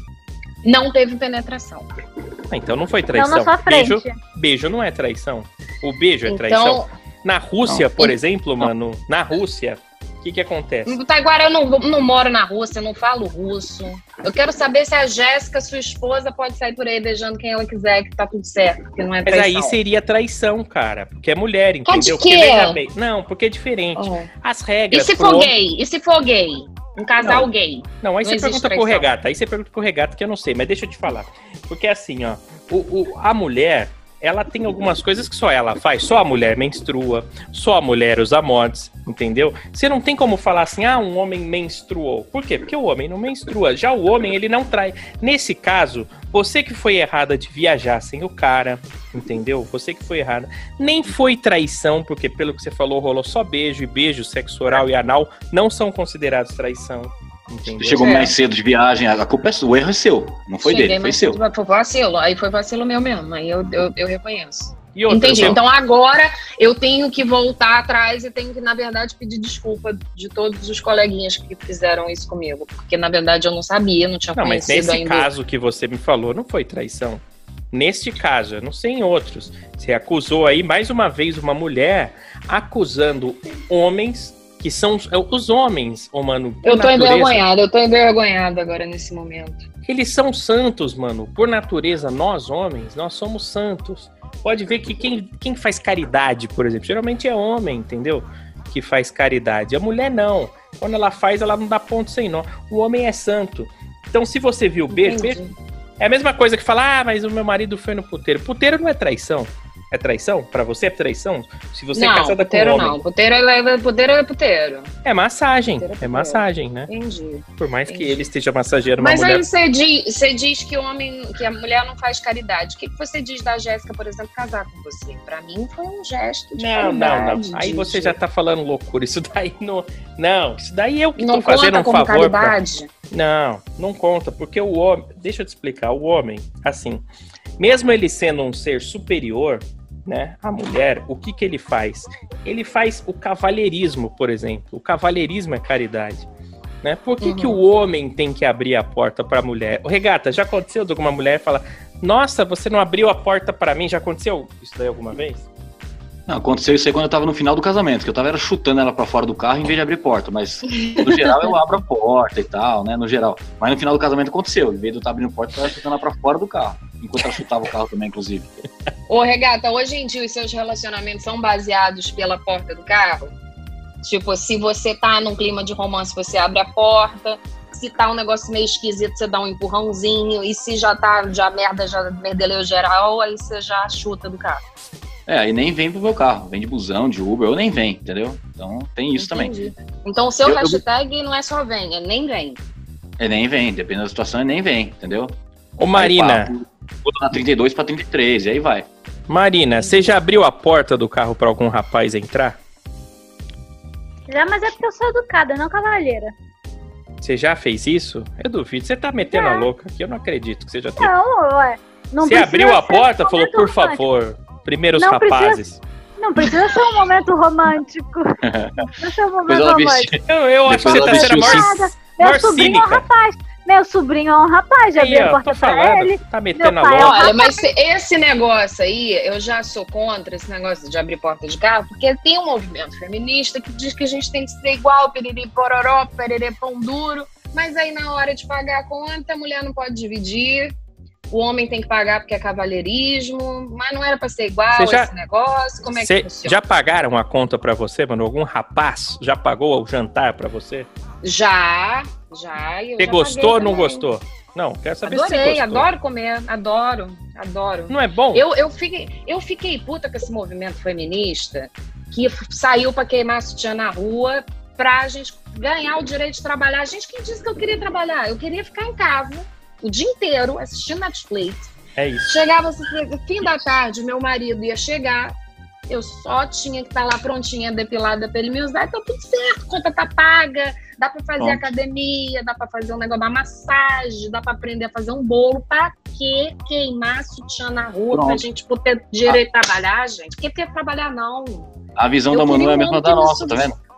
Não teve penetração. Ah, então não foi Não traição. na sua frente. Beijo, beijo não é traição. O beijo é Então, traição. Na Rússia, Não. por exemplo, mano, na Rússia, o que que acontece? Taiguara, eu não, não moro na Rússia, eu não falo russo. Eu quero saber se a Jéssica, sua esposa, pode sair por aí beijando quem ela quiser, que tá tudo certo, que não é Mas traição. aí seria traição, cara, porque é mulher, de entendeu? quê? Porque veja bem, não, porque é diferente. Oh. As E regras se pro for homem- gay? E se for gay? Um casal Não. gay? Não, aí Não você existe pergunta pro traição. regata, aí você pergunta pro regata que eu não sei, mas deixa eu te falar. Porque assim, ó, o, o- a mulher, ela tem algumas coisas que só ela faz, só a mulher menstrua, só a mulher usa mods, entendeu? Você não tem como falar assim, ah, um homem menstruou. Por quê? Porque o homem não menstrua, já o homem, ele não trai. Nesse caso, você que foi errada de viajar sem o cara, entendeu? Você que foi errada. Nem foi traição, porque pelo que você falou, rolou só beijo, e beijo, sexo oral e anal não são considerados traição, entendeu? Chegou É. mais cedo de viagem, a culpa é sua, o erro é seu. Não foi Cheguei, dele, foi mas seu. Foi vacilo, aí foi vacilo meu mesmo, aí eu, eu, eu reconheço. E outra, Entendi. então- Então agora eu tenho que voltar atrás e tenho que, na verdade, pedir desculpa de todos os coleguinhas que fizeram isso comigo. Porque, na verdade, eu não sabia, não tinha Não, mas conhecido nesse ainda. caso que você me falou, não foi traição. Neste caso, eu não sei em outros. Você acusou aí, mais uma vez, uma mulher acusando homens que são os homens, ô, mano. por Eu tô natureza. envergonhada, eu tô envergonhada agora nesse momento. Eles são santos, mano. Por natureza, nós homens, nós somos santos. Pode ver que quem, quem faz caridade, por exemplo, geralmente é homem, entendeu? Que faz caridade. A mulher não. Quando ela faz, ela não dá ponto sem nó. O homem é santo. Então, se você viu o beijo, Entendi. beijo, é a mesma coisa que falar, ah, mas o meu marido foi no puteiro. Puteiro não é traição. É traição? Pra você é traição? Se você é Não, casada com um puteiro homem. não. Puteiro é puteiro. É puteiro. É massagem. Puteiro é É puteiro. massagem, né? Entendi. Por mais que Entendi. ele esteja massageando uma Mas mulher. aí você diz, você diz que o homem, que a mulher não faz caridade. O que que você diz da Jéssica, por exemplo, casar com você? Pra mim foi um gesto de Não, não, caridade. não. Aí de- você já tá falando loucura. Isso daí não. Não, isso daí eu que não tô fazendo conta um como favor. Pra... caridade. Não, não conta, porque o homem. Deixa eu te explicar. O homem, assim, mesmo ele sendo um ser superior, né, a mulher, o que que ele faz? Ele faz o cavalheirismo, por exemplo. O cavalheirismo é caridade. Né? Por que, Uhum. que o homem tem que abrir a porta pra mulher? Ô, Regata, já aconteceu de alguma mulher falar: nossa, você não abriu a porta pra mim? Já aconteceu isso daí alguma vez? Não, aconteceu isso aí quando eu tava no final do casamento, que eu tava era chutando ela pra fora do carro em vez de abrir porta, mas no geral eu abro a porta e tal, né, no geral. Mas no final do casamento aconteceu, em vez de eu estar abrindo porta, eu tava chutando ela pra fora do carro, enquanto ela chutava o carro também, inclusive. Ô, Regata, hoje em dia os seus relacionamentos são baseados pela porta do carro? Tipo, se você tá num clima de romance, você abre a porta. Se tá um negócio meio esquisito, você dá um empurrãozinho. E se já tá, já merda, já merdeleu geral, aí você já chuta do carro. É, aí nem vem pro meu carro, vem de busão, de Uber, ou nem vem, entendeu? Então tem isso também. Entendi. Então o seu Eu- eu- hashtag não é só vem, é nem vem. É nem vem, dependendo da situação, é nem vem, entendeu? Ô, Marina, Aí, pá, muda na trinta e dois pra trinta e três, e aí vai. Marina, você já abriu a porta do carro pra algum rapaz entrar? Já, mas é porque eu sou educada, não cavalheira. Você já fez isso? Eu duvido. Você tá metendo Já. a louca aqui, eu não acredito que você já teve. Não, ué. Não Você precisa abriu a ser porta, um falou, momento por romântico. favor, primeiros Não precisa- rapazes. Não precisa ser um momento romântico. Não precisa ser um Depois momento ela romântico. vestiu. Eu, eu acho que Depois você tá ela sendo a vestiu maior, Nada. Meu maior sobrinho é um cínica. rapaz. Meu sobrinho é um rapaz. Já Aí, abri a ó, porta tô pra falando, ele. tá metendo a pai é um louca. Olha, mas se- esse negócio aí, eu já sou contra esse negócio de abrir porta de carro, porque tem um movimento feminista que diz que a gente tem que ser igual, periri pororó, perere pão duro, mas aí na hora de pagar a conta, a mulher não pode dividir, o homem tem que pagar porque é cavalheirismo, mas não era pra ser igual Você já- esse negócio, como é que Cê funciona? já pagaram a conta pra você, mano? Algum rapaz já pagou o jantar pra você? Já, já. e eu Você já gostou paguei ou não também. gostou? Não, quero saber se Adorei, você gostou. adoro comer, adoro, adoro. Não é bom? Eu, eu, fiquei, eu fiquei puta com esse movimento feminista que f- saiu pra queimar sutiã na rua pra gente ganhar o direito de trabalhar. Gente, quem disse que eu queria trabalhar? Eu queria ficar em casa o dia inteiro assistindo Netflix. É isso. Chegava assim, fim da tarde, meu marido ia chegar, eu só tinha que estar lá prontinha, depilada pra ele me usar, então tudo certo, conta tá paga, dá pra fazer Pronto. academia, dá pra fazer um negócio da massagem, dá pra aprender a fazer um bolo, pra que queimar sutiã na rua, pra Pronto. gente poder direito a trabalhar, gente? Porque quer trabalhar não. A visão Eu da Manu queria é a um mesma homem da que me nossa, tá subs- vendo?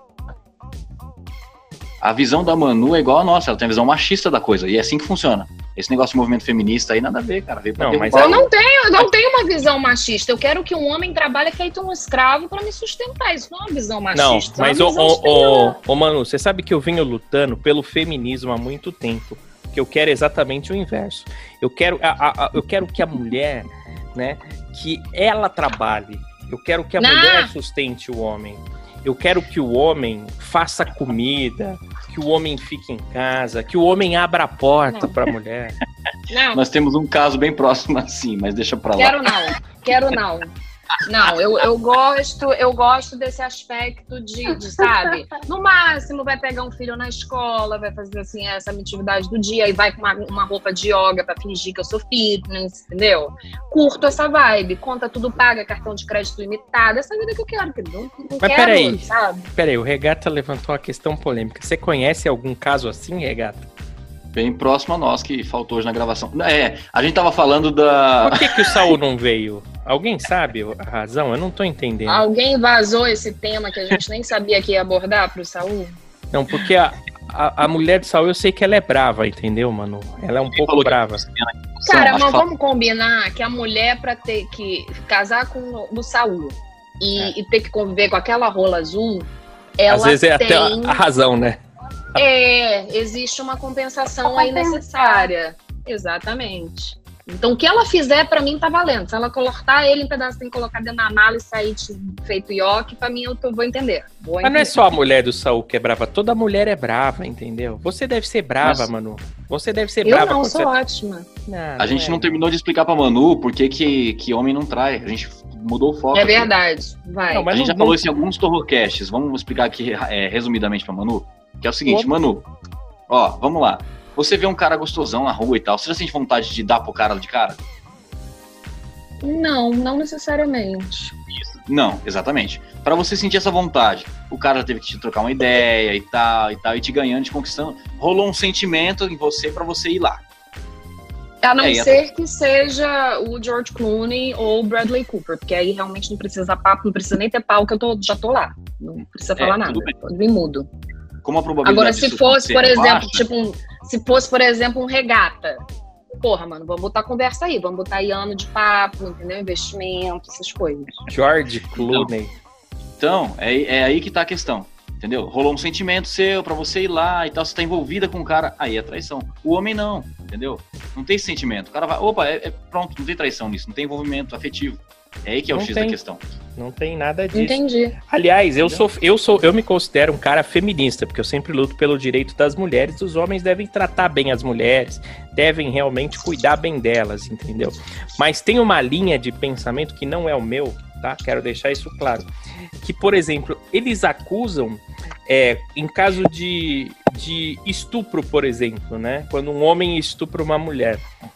A visão da Manu é igual a nossa, ela tem a visão machista da coisa, e é assim que funciona. Esse negócio de movimento feminista aí, nada a ver, cara. Veio pra Não, mas derrubar Eu aí- não tenho, eu não tenho uma visão machista. Eu quero que um homem trabalhe feito um escravo pra me sustentar. Isso não é uma visão Não, machista. mas é ô, uma visão ô, superior. ô, ô, Manu, você sabe que eu venho lutando pelo feminismo há muito tempo. Que eu quero exatamente o inverso. Eu quero, a, a- a- eu quero que a mulher, né, que ela trabalhe. Eu quero que a Não. mulher sustente o homem. Eu quero que o homem faça comida, que o homem fique em casa, que o homem abra a porta Não. pra mulher. Não, Nós temos um caso bem próximo assim, mas deixa pra lá. quero não. Quero não. Não, eu, eu gosto, eu gosto desse aspecto de, de, sabe? No máximo, vai pegar um filho na escola, vai fazer assim, essa atividade do dia, e vai com uma, uma roupa de yoga pra fingir que eu sou fitness, entendeu? Curto essa vibe, conta tudo paga, cartão de crédito limitado, essa vida que eu quero, que não, não Mas quero, peraí. sabe? Peraí, o Regata levantou uma questão polêmica. Você conhece algum caso assim, Regata? Bem próximo a nós, que faltou hoje na gravação. É, a gente tava falando da... Por que, que o Saul não veio? Alguém sabe a razão? Eu não tô entendendo. Alguém vazou esse tema que a gente nem sabia que ia abordar pro Saul? Não, porque a, a, a mulher de Saul, eu sei que ela é brava, entendeu, Manu? Ela é um Quem pouco falou que- brava. Cara, Acho mas que vamos combinar que a mulher, pra ter que casar com o do Saul e, É. e ter que conviver com aquela rola azul, ela Às vezes é tem... até a, a razão, né? É, existe uma compensação Pra aí compensar. necessária. Exatamente. Então, o que ela fizer, pra mim, tá valendo. Se ela cortar ele em pedaços, tem que colocar dentro da mala e sair de- feito ioque, pra mim, eu tô- vou entender. Vou Mas não é entender. só a mulher do Saul que é brava, toda mulher é brava, entendeu? Você deve ser brava, Mas- Manu. Você deve ser Eu brava não, quando sou você... ótima. Não, A gente é. não terminou de explicar pra Manu por que, que, que homem não trai. A gente mudou o foco. É aqui. verdade. Vai. Não, mas A gente não- já falou não- isso em alguns torrocasts. Vamos explicar aqui é, resumidamente pra Manu. Que é o seguinte, Opa. Manu. Ó, vamos lá. Você vê um cara gostosão na rua e tal. Você já sente vontade de dar pro cara de cara? Não, não necessariamente. Não, exatamente. Pra você sentir essa vontade, o cara já teve que te trocar uma ideia e tal, e tal, e te ganhando, te conquistando. Rolou um sentimento em você pra você ir lá. A não É, e a- ser que seja o George Clooney ou o Bradley Cooper, porque aí realmente não precisa papo, não precisa nem ter pau, que eu tô, já tô lá. Não precisa falar nada. tudo bem. Pode vir mudo. Como a probabilidade Agora, se disso fosse, acontecer por é exemplo, baixa, tipo um, se fosse, por exemplo, um regata. Porra, mano, vamos botar conversa aí, vamos botar aí ano de papo, entendeu? Investimento, essas coisas. George Clooney. Então, é, é aí que tá a questão, entendeu? Rolou um sentimento seu pra você ir lá e tal, você tá envolvida com o cara, aí é traição. O homem não, entendeu? Não tem esse sentimento. O cara vai, opa, é, é- pronto, não tem traição nisso, não tem envolvimento afetivo. É aí que é o Não X tem. da questão. Não tem nada disso. Entendi. Aliás, eu sou, eu sou, eu me considero um cara feminista, porque eu sempre luto pelo direito das mulheres. Os homens devem tratar bem as mulheres, devem realmente cuidar bem delas, entendeu? Mas tem uma linha de pensamento que não é o meu, tá? Quero deixar isso claro. Que, por exemplo, eles acusam, é, em caso de, de estupro, por exemplo, né? Quando um homem estupra uma mulher,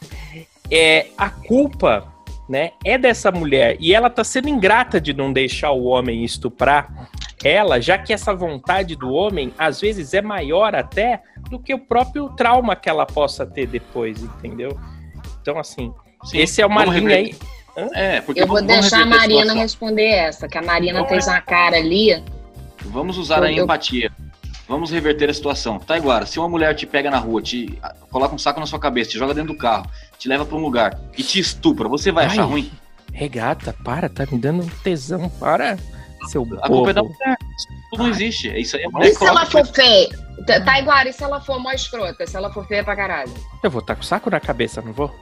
é, a culpa, né, é dessa mulher, e ela tá sendo ingrata de não deixar o homem estuprar ela, já que essa vontade do homem às vezes é maior até do que o próprio trauma que ela possa ter depois, entendeu? Então, assim, Sim, esse é uma vamos linha reverter. aí. É, porque Eu vou vamos- vamos deixar a reverter Marina situação. responder essa, que a Marina Vamos fez uma cara ali. Vamos usar a Eu- eu- empatia. Vamos reverter a situação. Tá, Iguara, se uma mulher te pega na rua, te ah, coloca um saco na sua cabeça, te joga dentro do carro, te leva pra um lugar e te estupra, você vai achar Ai, ruim? Regata, para, tá me dando um tesão, para, seu A culpa é da bobo. mulher. Isso não existe. É isso aí. A mulher E se coloca- ela for feia? Tá tá igual, e se ela for mó escrota? Se ela for feia pra caralho? Eu vou estar com o saco na cabeça, não vou?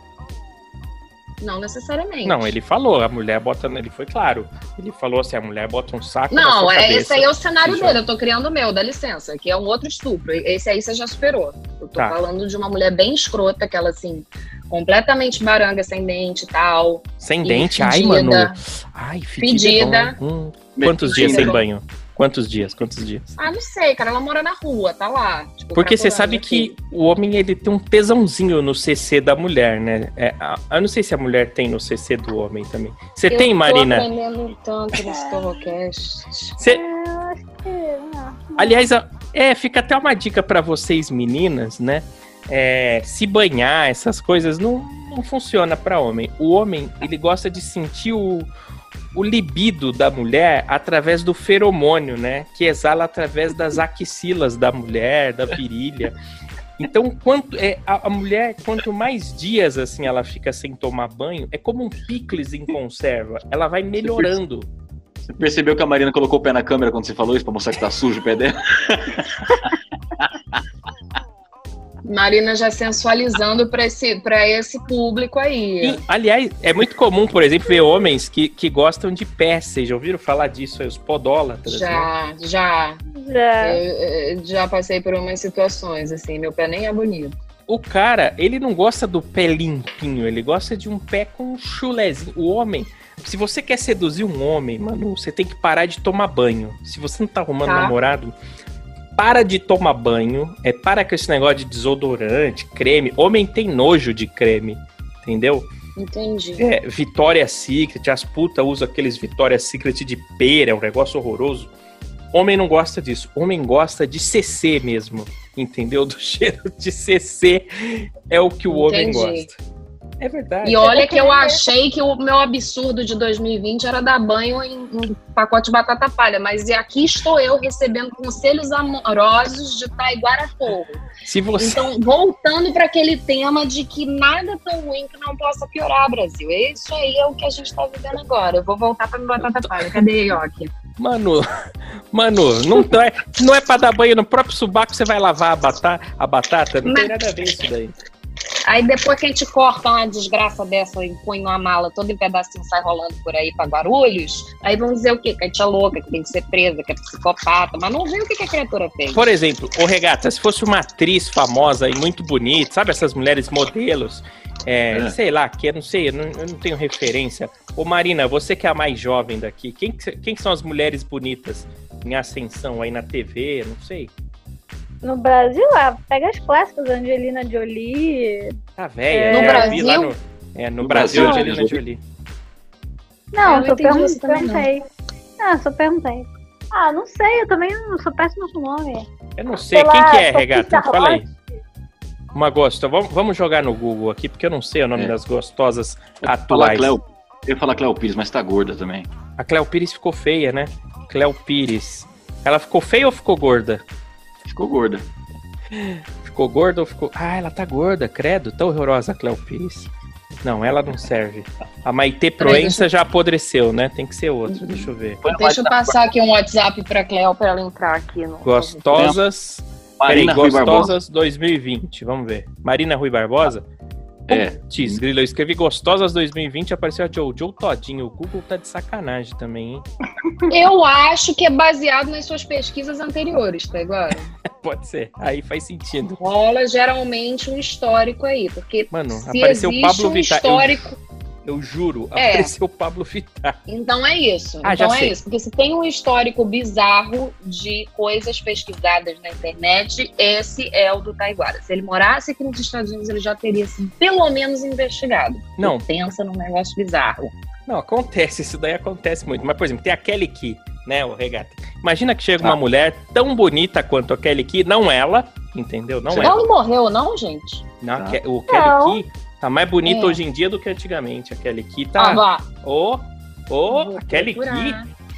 Não necessariamente. Não, ele falou, a mulher bota, ele foi claro. Ele falou assim, a mulher bota um saco na Não, sua é, cabeça. esse aí é o cenário e dele. joga. Eu tô criando o meu, dá licença, que é um outro estupro. Esse aí você já superou. Eu tô Tá. falando de uma mulher bem escrota, aquela assim, completamente baranga, sem dente e tal. Sem e dente, ai, fedida. mano. Ai, fedida. Fedida. É bom. Hum, quantos dias Fedida. sem banho? Quantos dias? Quantos dias? Ah, não sei, cara. Ela mora na rua, tá lá. Tipo, Porque você cracolândia sabe aqui. que o homem ele tem um tesãozinho no C C da mulher, né? É, a- eu não sei se a mulher tem no C C do homem também. Você Eu tem, tô Marina? aprendendo tanto nesse Torrocast. Você, Eu acho que não. aliás, a- é, fica até uma dica pra vocês meninas, né? É, se banhar, essas coisas não, não funciona pra homem. O homem ele gosta de sentir o o libido da mulher através do feromônio, né? Que exala através das axilas da mulher, da virilha. Então, quanto é, a, a mulher, quanto mais dias assim ela fica sem tomar banho, é como um picles em conserva. Ela vai melhorando. Você percebeu que a Marina colocou o pé na câmera quando você falou isso pra mostrar que tá sujo o pé dela? Marina já sensualizando pra esse, pra esse público aí. E, aliás, é muito comum, por exemplo, ver homens que, que gostam de pés. Vocês já ouviram falar disso aí, os podólatras? Né? Já, já. Já. Eu, eu já passei por umas situações, assim, meu pé nem é bonito. O cara, ele não gosta do pé limpinho, ele gosta de um pé com um chulezinho. O homem, se você quer seduzir um homem, mano, você tem que parar de tomar banho. Se você não tá arrumando Tá. namorado, para de tomar banho, é para com esse negócio de desodorante, creme. Homem tem nojo de creme, entendeu? Entendi. É, Victoria's Secret, as putas usam aqueles Victoria's Secret de pera, é um negócio horroroso. Homem não gosta disso, homem gosta de C C mesmo, entendeu? Do cheiro de C C é o que o homem Entendi. gosta. É verdade. E olha que eu achei que o meu absurdo de dois mil e vinte era dar banho em um pacote de batata palha, mas aqui estou eu recebendo conselhos amorosos de Taiguara Torro. Se você... Então, voltando para aquele tema de que nada tão ruim que não possa piorar, Brasil. Isso aí é o que a gente está vivendo agora. Eu vou voltar para minha batata palha. Cadê a Ioki? Mano, mano, não é, não é pra dar banho no próprio subaco, você vai lavar a batata, a batata? Não tem nada a ver isso daí. Aí depois que a gente corta uma desgraça dessa e põe numa mala todo em pedacinho, sai rolando por aí pra Guarulhos, aí vão dizer o quê? Que a gente é louca, que tem que ser presa, que é psicopata, mas não vê o que, que a criatura fez. Por exemplo, ô Regata, se fosse uma atriz famosa e muito bonita, sabe essas mulheres modelos, é, é. sei lá, que eu não sei, eu não, eu não tenho referência. Ô Marina, você que é a mais jovem daqui, quem, quem são as mulheres bonitas em ascensão aí na T V, não sei? No Brasil, ah, pega as clássicas, Angelina Jolie. Tá velha, é... No é, Brasil? Lá no, é, no, no Brasil, Brasil, Angelina Jolie. Não, eu só pergun- isso também, perguntei. Não. Ah, só perguntei. Ah, não sei, eu também não sou péssima com nome. Eu não sei, sei quem lá, que é, Sofia Regata? Fala aí. Rocha. Uma gostosa. Vamos, vamos jogar no Google aqui, porque eu não sei o nome É. das gostosas Eu ia falar atuais. Cleo, eu ia falar Cleo Pires, mas tá gorda também. A Cleo Pires ficou feia, né? Cleo Pires. Ela ficou feia ou ficou gorda? Ficou gorda. Ficou gorda ou ficou... Ah, ela tá gorda, credo. Tão horrorosa a Cleo Pires. Não, ela não serve. A Maitê Proença já apodreceu, né? Tem que ser outra, deixa eu ver. Deixa eu passar aqui um WhatsApp pra Cleo pra ela entrar aqui. No... Gostosas... Peraí, Marina Rui Gostosas dois mil e vinte, vamos ver. Marina Rui Barbosa? É. Putz, grilo, eu escrevi Gostosas dois mil e vinte, apareceu a Jojo Todinho. O Google tá de sacanagem também, hein? Eu acho que é baseado nas suas pesquisas anteriores, tá agora? Pode ser, aí faz sentido. Rola geralmente um histórico aí, porque Mano, se apareceu o existe Pablo um Vittar. histórico... Eu, eu juro, É. apareceu o Pablo Vittar. Então é isso. Ah, então já é sei. isso. Porque se tem um histórico bizarro de coisas pesquisadas na internet, esse é o do Taiguara. Se ele morasse aqui nos Estados Unidos, ele já teria sido pelo menos investigado. Não. Você pensa num negócio bizarro. Não, acontece, isso daí acontece muito. Mas, por exemplo, tem a Kelly Key, né, o Regata? Imagina que chega Ah. uma mulher tão bonita quanto a Kelly Key, não ela, entendeu? Não Certo. ela. Não morreu, não, gente? Não, Tá. Ke- o Não. Kelly Key tá mais bonita É. hoje em dia do que antigamente. A Kelly Key Ah, tá... vá. Ô, ô, Vou a Kelly procurar. Key...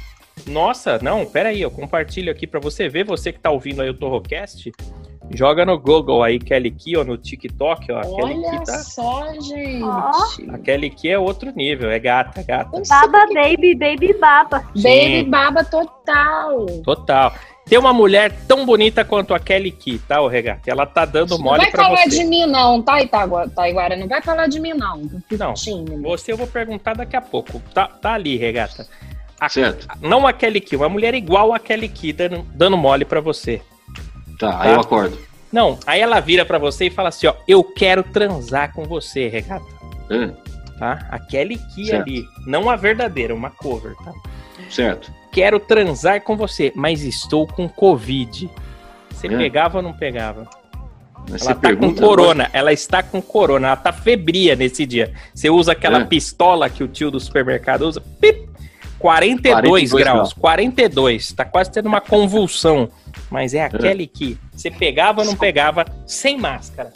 Nossa, não, peraí, eu compartilho aqui pra você ver, você que tá ouvindo aí o Torrocast, joga no Google aí Kelly Key ou no TikTok, ó, a Kelly Olha Key tá... só, gente. Ó. A Kelly Key é outro nível, é gata, gata. Baba Baby, Baby Baba. Sim. Baby baba total. Total. Tem uma mulher tão bonita quanto a Kelly Key, tá, o Regata? Ela tá dando Não mole vai pra falar você. de mim, não, tá, Itaguara? Taiguara? Não vai falar de mim, não. Eu fico Não, tímida. você eu vou perguntar daqui a pouco. Tá, tá ali, Regata. A- Certo. Não a Kelly Key, uma mulher igual a Kelly Key dando, dando mole pra você. Tá, aí eu acordo. Não, aí ela vira pra você e fala assim, ó, eu quero transar com você, Regata. É, Tá? A Kelly Key Certo. ali, não a verdadeira, uma cover, tá? certo. Quero transar com você, mas estou com Covid. Você É. pegava ou não pegava? Mas Ela você tá pergunta com corona, ela está com corona, ela tá febria nesse dia. Você usa aquela É. pistola que o tio do supermercado usa, pip, quarenta e dois quarenta e dois graus, graus. quarenta e dois, tá quase tendo uma convulsão. Mas é aquele que você pegava ou não pegava sem máscara.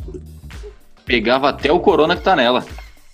Pegava até o corona que tá nela.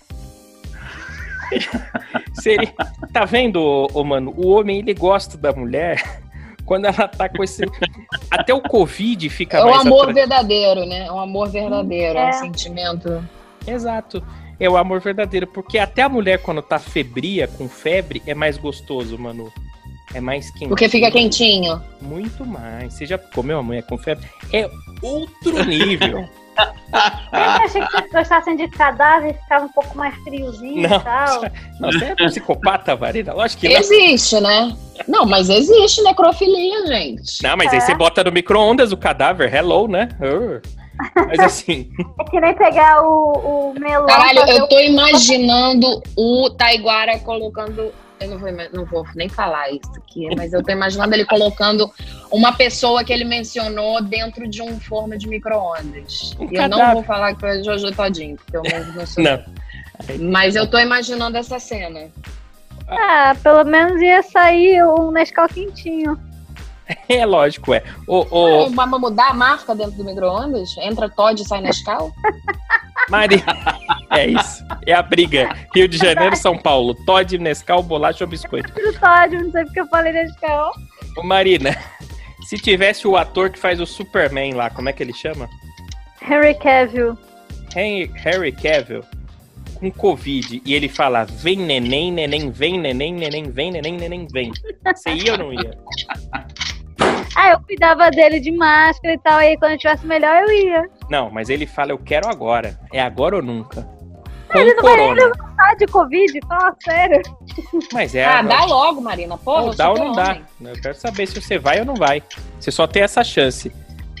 Seria... Tá vendo, ô, ô, mano? O homem, ele gosta da mulher quando ela tá com esse... Até o Covid fica É o mais... amor atra- verdadeiro, né? É um amor verdadeiro, é um É. sentimento. Exato. É o amor verdadeiro, porque até a mulher quando tá febria, com febre, é mais gostoso, mano. É mais quente. Porque fica quentinho. Muito mais. Você já comeu a mulher com febre? É outro nível. Eu achei que vocês gostassem de cadáver, ficava um pouco mais friozinho Não. e tal. Não, você é psicopata, Varina? Lógico que não. Existe, né? Não, mas existe necrofilia, gente. Não, mas aí É. você bota no micro-ondas o cadáver, hello, né? Uh. Mas assim, É que nem pegar o, o melão. Caralho, fazer eu tô imaginando o Taiguara colocando. Eu não vou, ima- não vou nem falar isso aqui, mas eu tô imaginando ele colocando uma pessoa que ele mencionou dentro de um forno de micro-ondas. Um E eu não cadáver. vou falar que foi Jojo Todinho, porque eu mesmo não sou. não. Mas eu tô imaginando essa cena. Ah, pelo menos ia sair um Nescau quentinho. É lógico, é. O, o, Vamos mudar a marca dentro do micro-ondas? Entra Todd e sai Nescau? Marina, é isso. É a briga. Rio de Janeiro, São Paulo. Todd, Nescau, bolacha ou biscoito? Do Todd, não sei porque eu falei Nescau. Ô, Marina, se tivesse o ator que faz o Superman lá, como é que ele chama? Henry Cavill. Henry, Harry Cavill, com Covid, e ele fala, vem neném, neném, vem neném, neném, vem neném, neném, vem. Você ia ou não ia? Ah, eu cuidava dele de máscara e tal, aí quando eu tivesse melhor eu ia. Não, mas ele fala, eu quero agora. É agora ou nunca? Com Ele não corona. vai levantar de Covid, fala sério. Mas é Ah, a... dá logo, Marina. Porra, Ou eu dá sou ou não dá. homem. Eu quero saber se você vai ou não vai. Você só tem essa chance.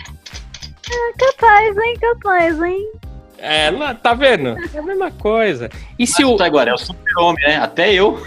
Capaz, hein, capaz, hein. É, lá, tá vendo? É a mesma coisa. E se o... Agora é o super-homem, né? Até eu.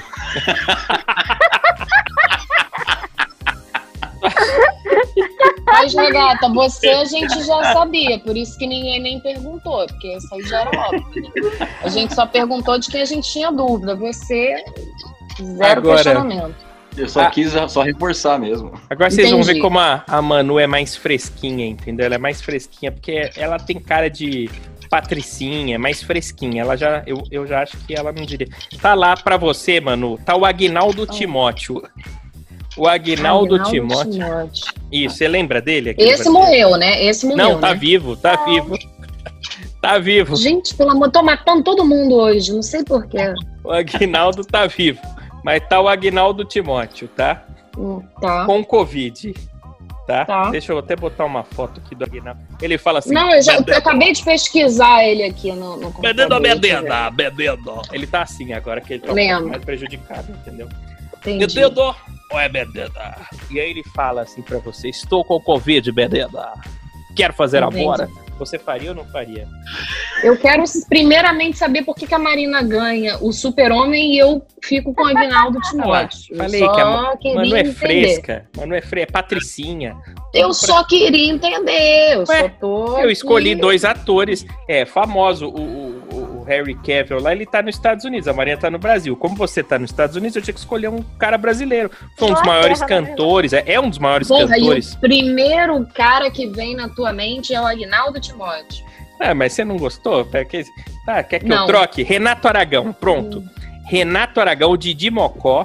Mas, Regata, você a gente já sabia, por isso que ninguém nem perguntou, porque isso aí já era óbvio. Né? A gente só perguntou de quem a gente tinha dúvida. Você, zero Agora- questionamento. Eu só Ah. quis só reforçar mesmo. Agora vocês vão ver Entendi. como a, a Manu é mais fresquinha, entendeu? Ela é mais fresquinha, porque ela tem cara de patricinha, mais fresquinha. Ela já, eu, eu já acho que ela não diria. Tá lá pra você, Manu, tá o Aguinaldo Timóteo. O Aguinaldo, Aguinaldo Timóteo. Timóteo. Isso, você lembra dele? Aquele Esse brasileiro? morreu, né? Esse morreu, Não, tá né? vivo, tá vivo. Tá vivo. Gente, pelo amor, tô matando todo mundo hoje, não sei porquê. O Aguinaldo tá vivo. Mas tá o Aguinaldo Timóteo, tá? Hum, tá. Com Covid. Tá? Tá. Deixa eu até botar uma foto aqui do Aguinaldo. Ele fala assim... Não, eu, já, eu "Bedendo, acabei de pesquisar ele aqui no, no bedendo, computador. bedendo, bedendo." Ele tá assim agora, que ele tá um Lembro. pouco mais prejudicado, entendeu? Entendi. Bedendo ou é bedenda? E aí ele fala assim pra você, estou com Covid, bedenda. Quero fazer Entendi. agora. Você faria ou não faria? Eu quero primeiramente saber por que, que a Marina ganha o super-homem e eu fico com o Aguinaldo Timóteo. Eu Falei só que a queria Manu é entender. fresca. Manu é fresca, é patricinha. Eu só queria entender. Eu Ué, só tô Eu escolhi aqui. dois atores é, famosos. O, o, o Harry Cavill lá, ele tá nos Estados Unidos. A Marina tá no Brasil. Como você tá nos Estados Unidos, eu tinha que escolher um cara brasileiro. Foi um dos Inglaterra, maiores né? cantores. É, é um dos maiores Porra, e cantores. o primeiro cara que vem na tua mente é o Aguinaldo Timóteo. Ah, mas você não gostou? Quer que, tá, quer que Não. eu troque? Renato Aragão, pronto. Renato Aragão, o Didi Mocó,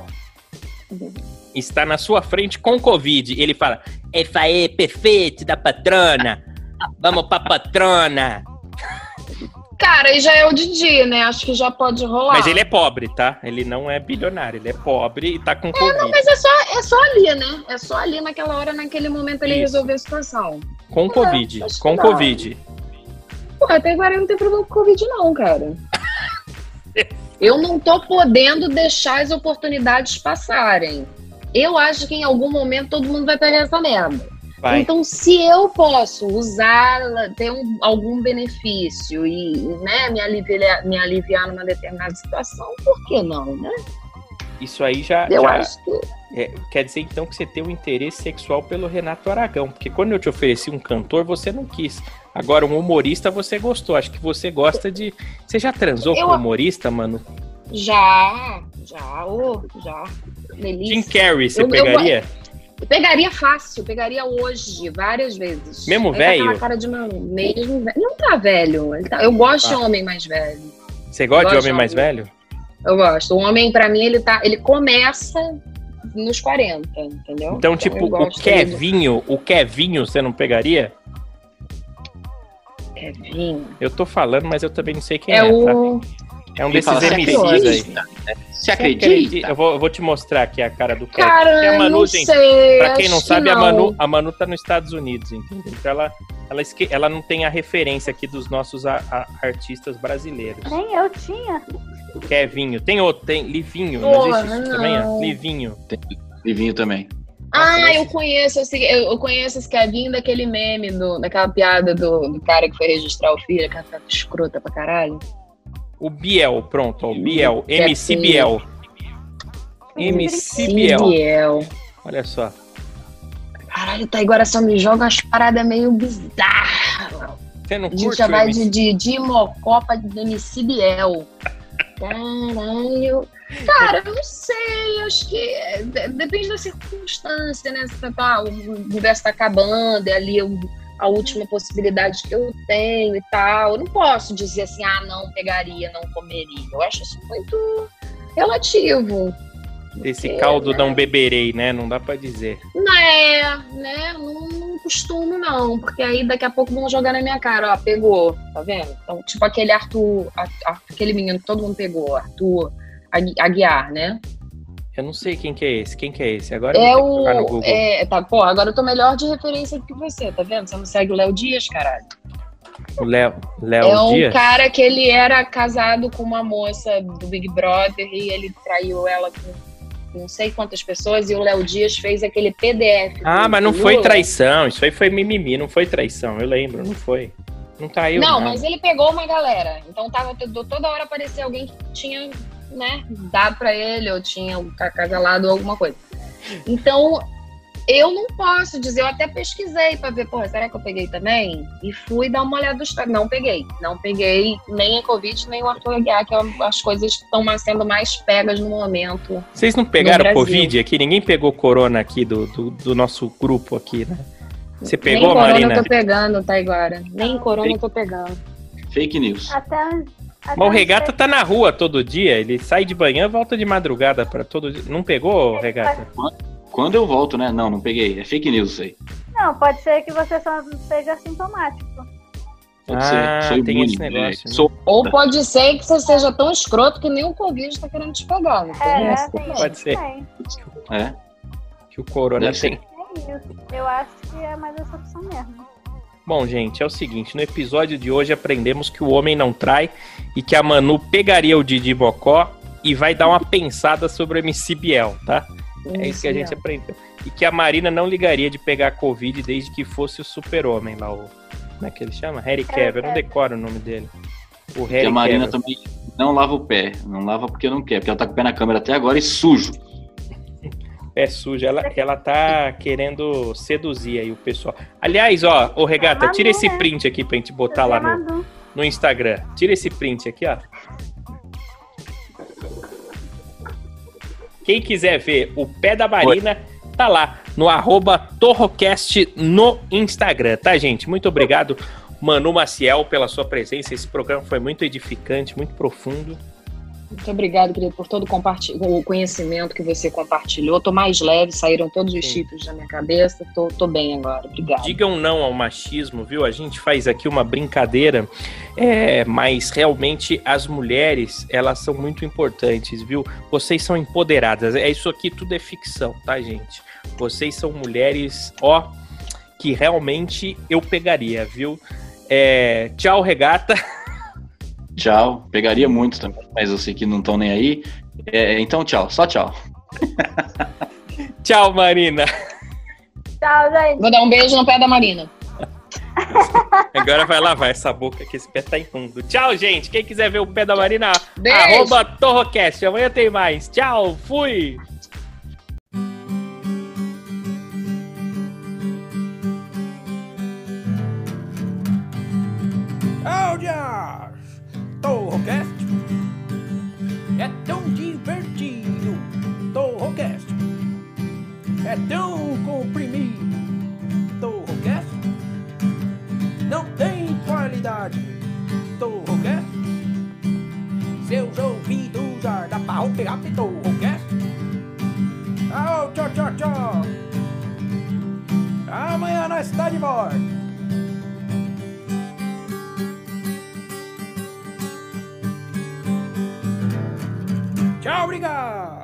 está na sua frente com Covid. Ele fala, essa aí, perfeito, da patrona. Vamos pra patrona. Cara, aí já é o Didi, né? Acho que já pode rolar. Mas ele é pobre, tá? Ele não é bilionário, ele é pobre e tá com Covid. Mas é só, é só ali, né? É só ali naquela hora, naquele momento ele Isso. resolver a situação. Com Covid, acho que com dá. Covid. Pô, até agora eu não tenho problema com Covid, não, cara. Eu não tô podendo deixar as oportunidades passarem. Eu acho que em algum momento todo mundo vai pegar essa merda. Vai. Então, se eu posso usá-la, ter um, algum benefício e, né, me aliviar, me aliviar numa determinada situação, por que não, né? Isso aí já, Eu já acho que... é, quer dizer então que você tem um interesse sexual pelo Renato Aragão. Porque quando eu te ofereci um cantor, você não quis. Agora, um humorista você gostou. Acho que você gosta de... Você já transou Eu- com humorista, mano? Já, já, ô, já. Delícia. Jim Carrey, você Eu- eu- pegaria? Eu pegaria fácil, pegaria hoje, várias vezes. Mesmo Ele velho? Tá com a cara de mano, mesmo velho. Não tá velho. Ele tá- Eu gosto Ah. de homem mais velho. Você gosta de gosto homem de mais homem. velho? Eu gosto. O homem, pra mim, ele tá. Ele começa nos quarenta, entendeu? Então, tipo, eu o gosto Kevinho, o Kevinho você não pegaria? dele. Kevinho. Eu tô falando, mas eu também não sei quem É é, tá? o. É um Quem desses fala, "Você M Cs acredita?" aí. Você acredita? Eu vou, eu vou te mostrar aqui a cara do Kevin. Cara, Porque a Manu, não gente, sei. pra quem não acho sabe, que a não. Manu, a Manu tá nos Estados Unidos, entendeu? Então ela, ela, esque... ela não tem a referência aqui dos nossos a- a- artistas brasileiros. Nem eu tinha. Kevinho. Tem outro, tem Livinho. Porra, não existe isso não. também? Ó? Livinho. Livinho também. Ah, Nossa, eu esse- conheço esse, eu, eu conheço esse Kevin daquele meme, do, daquela piada do, do cara que foi registrar o filho, aquela piada escrota pra caralho. O Biel, pronto, ó, o Biel. Que é M C feio. Biel. M C Biel. Biel. Olha só. Caralho, tá agora só me joga umas paradas meio bizarras. Você não A gente curte já o vai M C? de, de, de Mocopa de M C Biel. Caralho. Cara, eu não sei, acho que é, de- depende da circunstância, né? Se tá, o universo tá acabando, e ali eu a última possibilidade que eu tenho e tal. Eu não posso dizer assim, ah, não pegaria, não comeria. Eu acho isso muito relativo. Esse Porque, caldo né? não beberei, né? Não dá pra dizer. Não é, né? Não, não costumo, não. Porque aí daqui a pouco vão jogar na minha cara, ó, pegou, tá vendo? Então, tipo aquele Arthur, a- a- aquele menino que todo mundo pegou, Arthur Agui- Aguiar, né? Eu não sei quem que é esse. Quem que é esse? Agora eu É vou ter que jogar no o. Google. É, tá, pô, agora eu tô melhor de referência do que você, tá vendo? Você não segue o Léo Dias, caralho. O Léo, Léo É um Dias? cara que ele era casado com uma moça do Big Brother e ele traiu ela com não sei quantas pessoas e o Léo Dias fez aquele P D F. Ah, do- mas não do foi Lula. traição. Isso aí foi mimimi, não foi traição. Eu lembro, não foi. Não traiu Não, nada. mas ele pegou uma galera. Então tava todo- toda hora aparecia alguém que tinha, né, dado pra ele, ou tinha acasalado ou alguma coisa. Então, eu não posso dizer, eu até pesquisei pra ver, porra, será que eu peguei também? E fui dar uma olhada dos. Não peguei. Não peguei nem a Covid, nem o Arthur Aguiar, que é as coisas que estão sendo mais pegas no momento. Vocês não pegaram Brasil. Covid aqui? Ninguém pegou corona aqui do, do, do nosso grupo aqui, né? Você Nem pegou, corona Marina? eu tô pegando, Taiguara. Nem corona eu tô pegando. Fake news. Até, até Mas o Regata tá na rua todo dia. Ele sai de manhã, volta de madrugada para todo dia. Não pegou, Regata? Quando eu volto, né? Não, não peguei. É fake news isso aí. Não, pode ser que você só seja sintomático. Pode Ah, ser. Sou tem imune. esse negócio, É, né? sou... Ou pode ser que você seja tão escroto que nem o Covid tá querendo te pegar. Não tem É, essa tem também. Pode isso ser. também. É. Que o corona Deve ser. tem. É isso. Eu acho que é mais essa opção mesmo. Bom, gente, é o seguinte, no episódio de hoje aprendemos que o homem não trai e que a Manu pegaria o Didi Bocó e vai dar uma pensada sobre o M C Biel, tá? É isso que a gente aprendeu. E que a Marina não ligaria de pegar Covid desde que fosse o super-homem lá, o... Como é que ele chama? Harry Cavill, eu não decoro o nome dele. O E Harry a Marina Cavill. também não lava o pé. Não lava porque não quer. Porque ela tá com o pé na câmera até agora e sujo. É suja, ela, ela tá querendo seduzir aí o pessoal. Aliás, ó, ô Regata, tira esse print aqui pra gente botar lá no, no Instagram. Tira esse print aqui, ó. Quem quiser ver o pé da Marina, tá lá no arroba Torrocast no Instagram, tá, gente? Muito obrigado, Manu Maciel, pela sua presença. Esse programa foi muito edificante, muito profundo. Muito obrigada, querido, por todo comparti- o conhecimento que você compartilhou. Tô mais leve, saíram todos os Sim. chifres da minha cabeça. Tô, tô bem agora. Obrigada. Digam não ao machismo, viu? A gente faz aqui uma brincadeira, é, mas realmente as mulheres, elas são muito importantes, viu? Vocês são empoderadas. É isso aqui, tudo é ficção, tá, gente? Vocês são mulheres, ó, que realmente eu pegaria, viu? É, tchau, Regata. Tchau. Pegaria muito também, mas eu sei que não estão nem aí. É, então, tchau. Só tchau. Tchau, Marina. Tchau, gente. Vou dar um beijo no pé da Marina. Agora vai lavar essa boca que esse pé tá imundo. Tchau, gente. Quem quiser ver o pé da Marina, Beijo. arroba Torrocast. Amanhã tem mais. Tchau, fui. Oh, Josh! Torrocast é tão divertido. Torrocast é tão comprimido. Torrocast não tem qualidade. Torrocast seus ouvidos já dá pra pegar. Torrocast. Oh, tchau, tchau, tchau. Amanhã nós está de volta. Tchau, obrigado!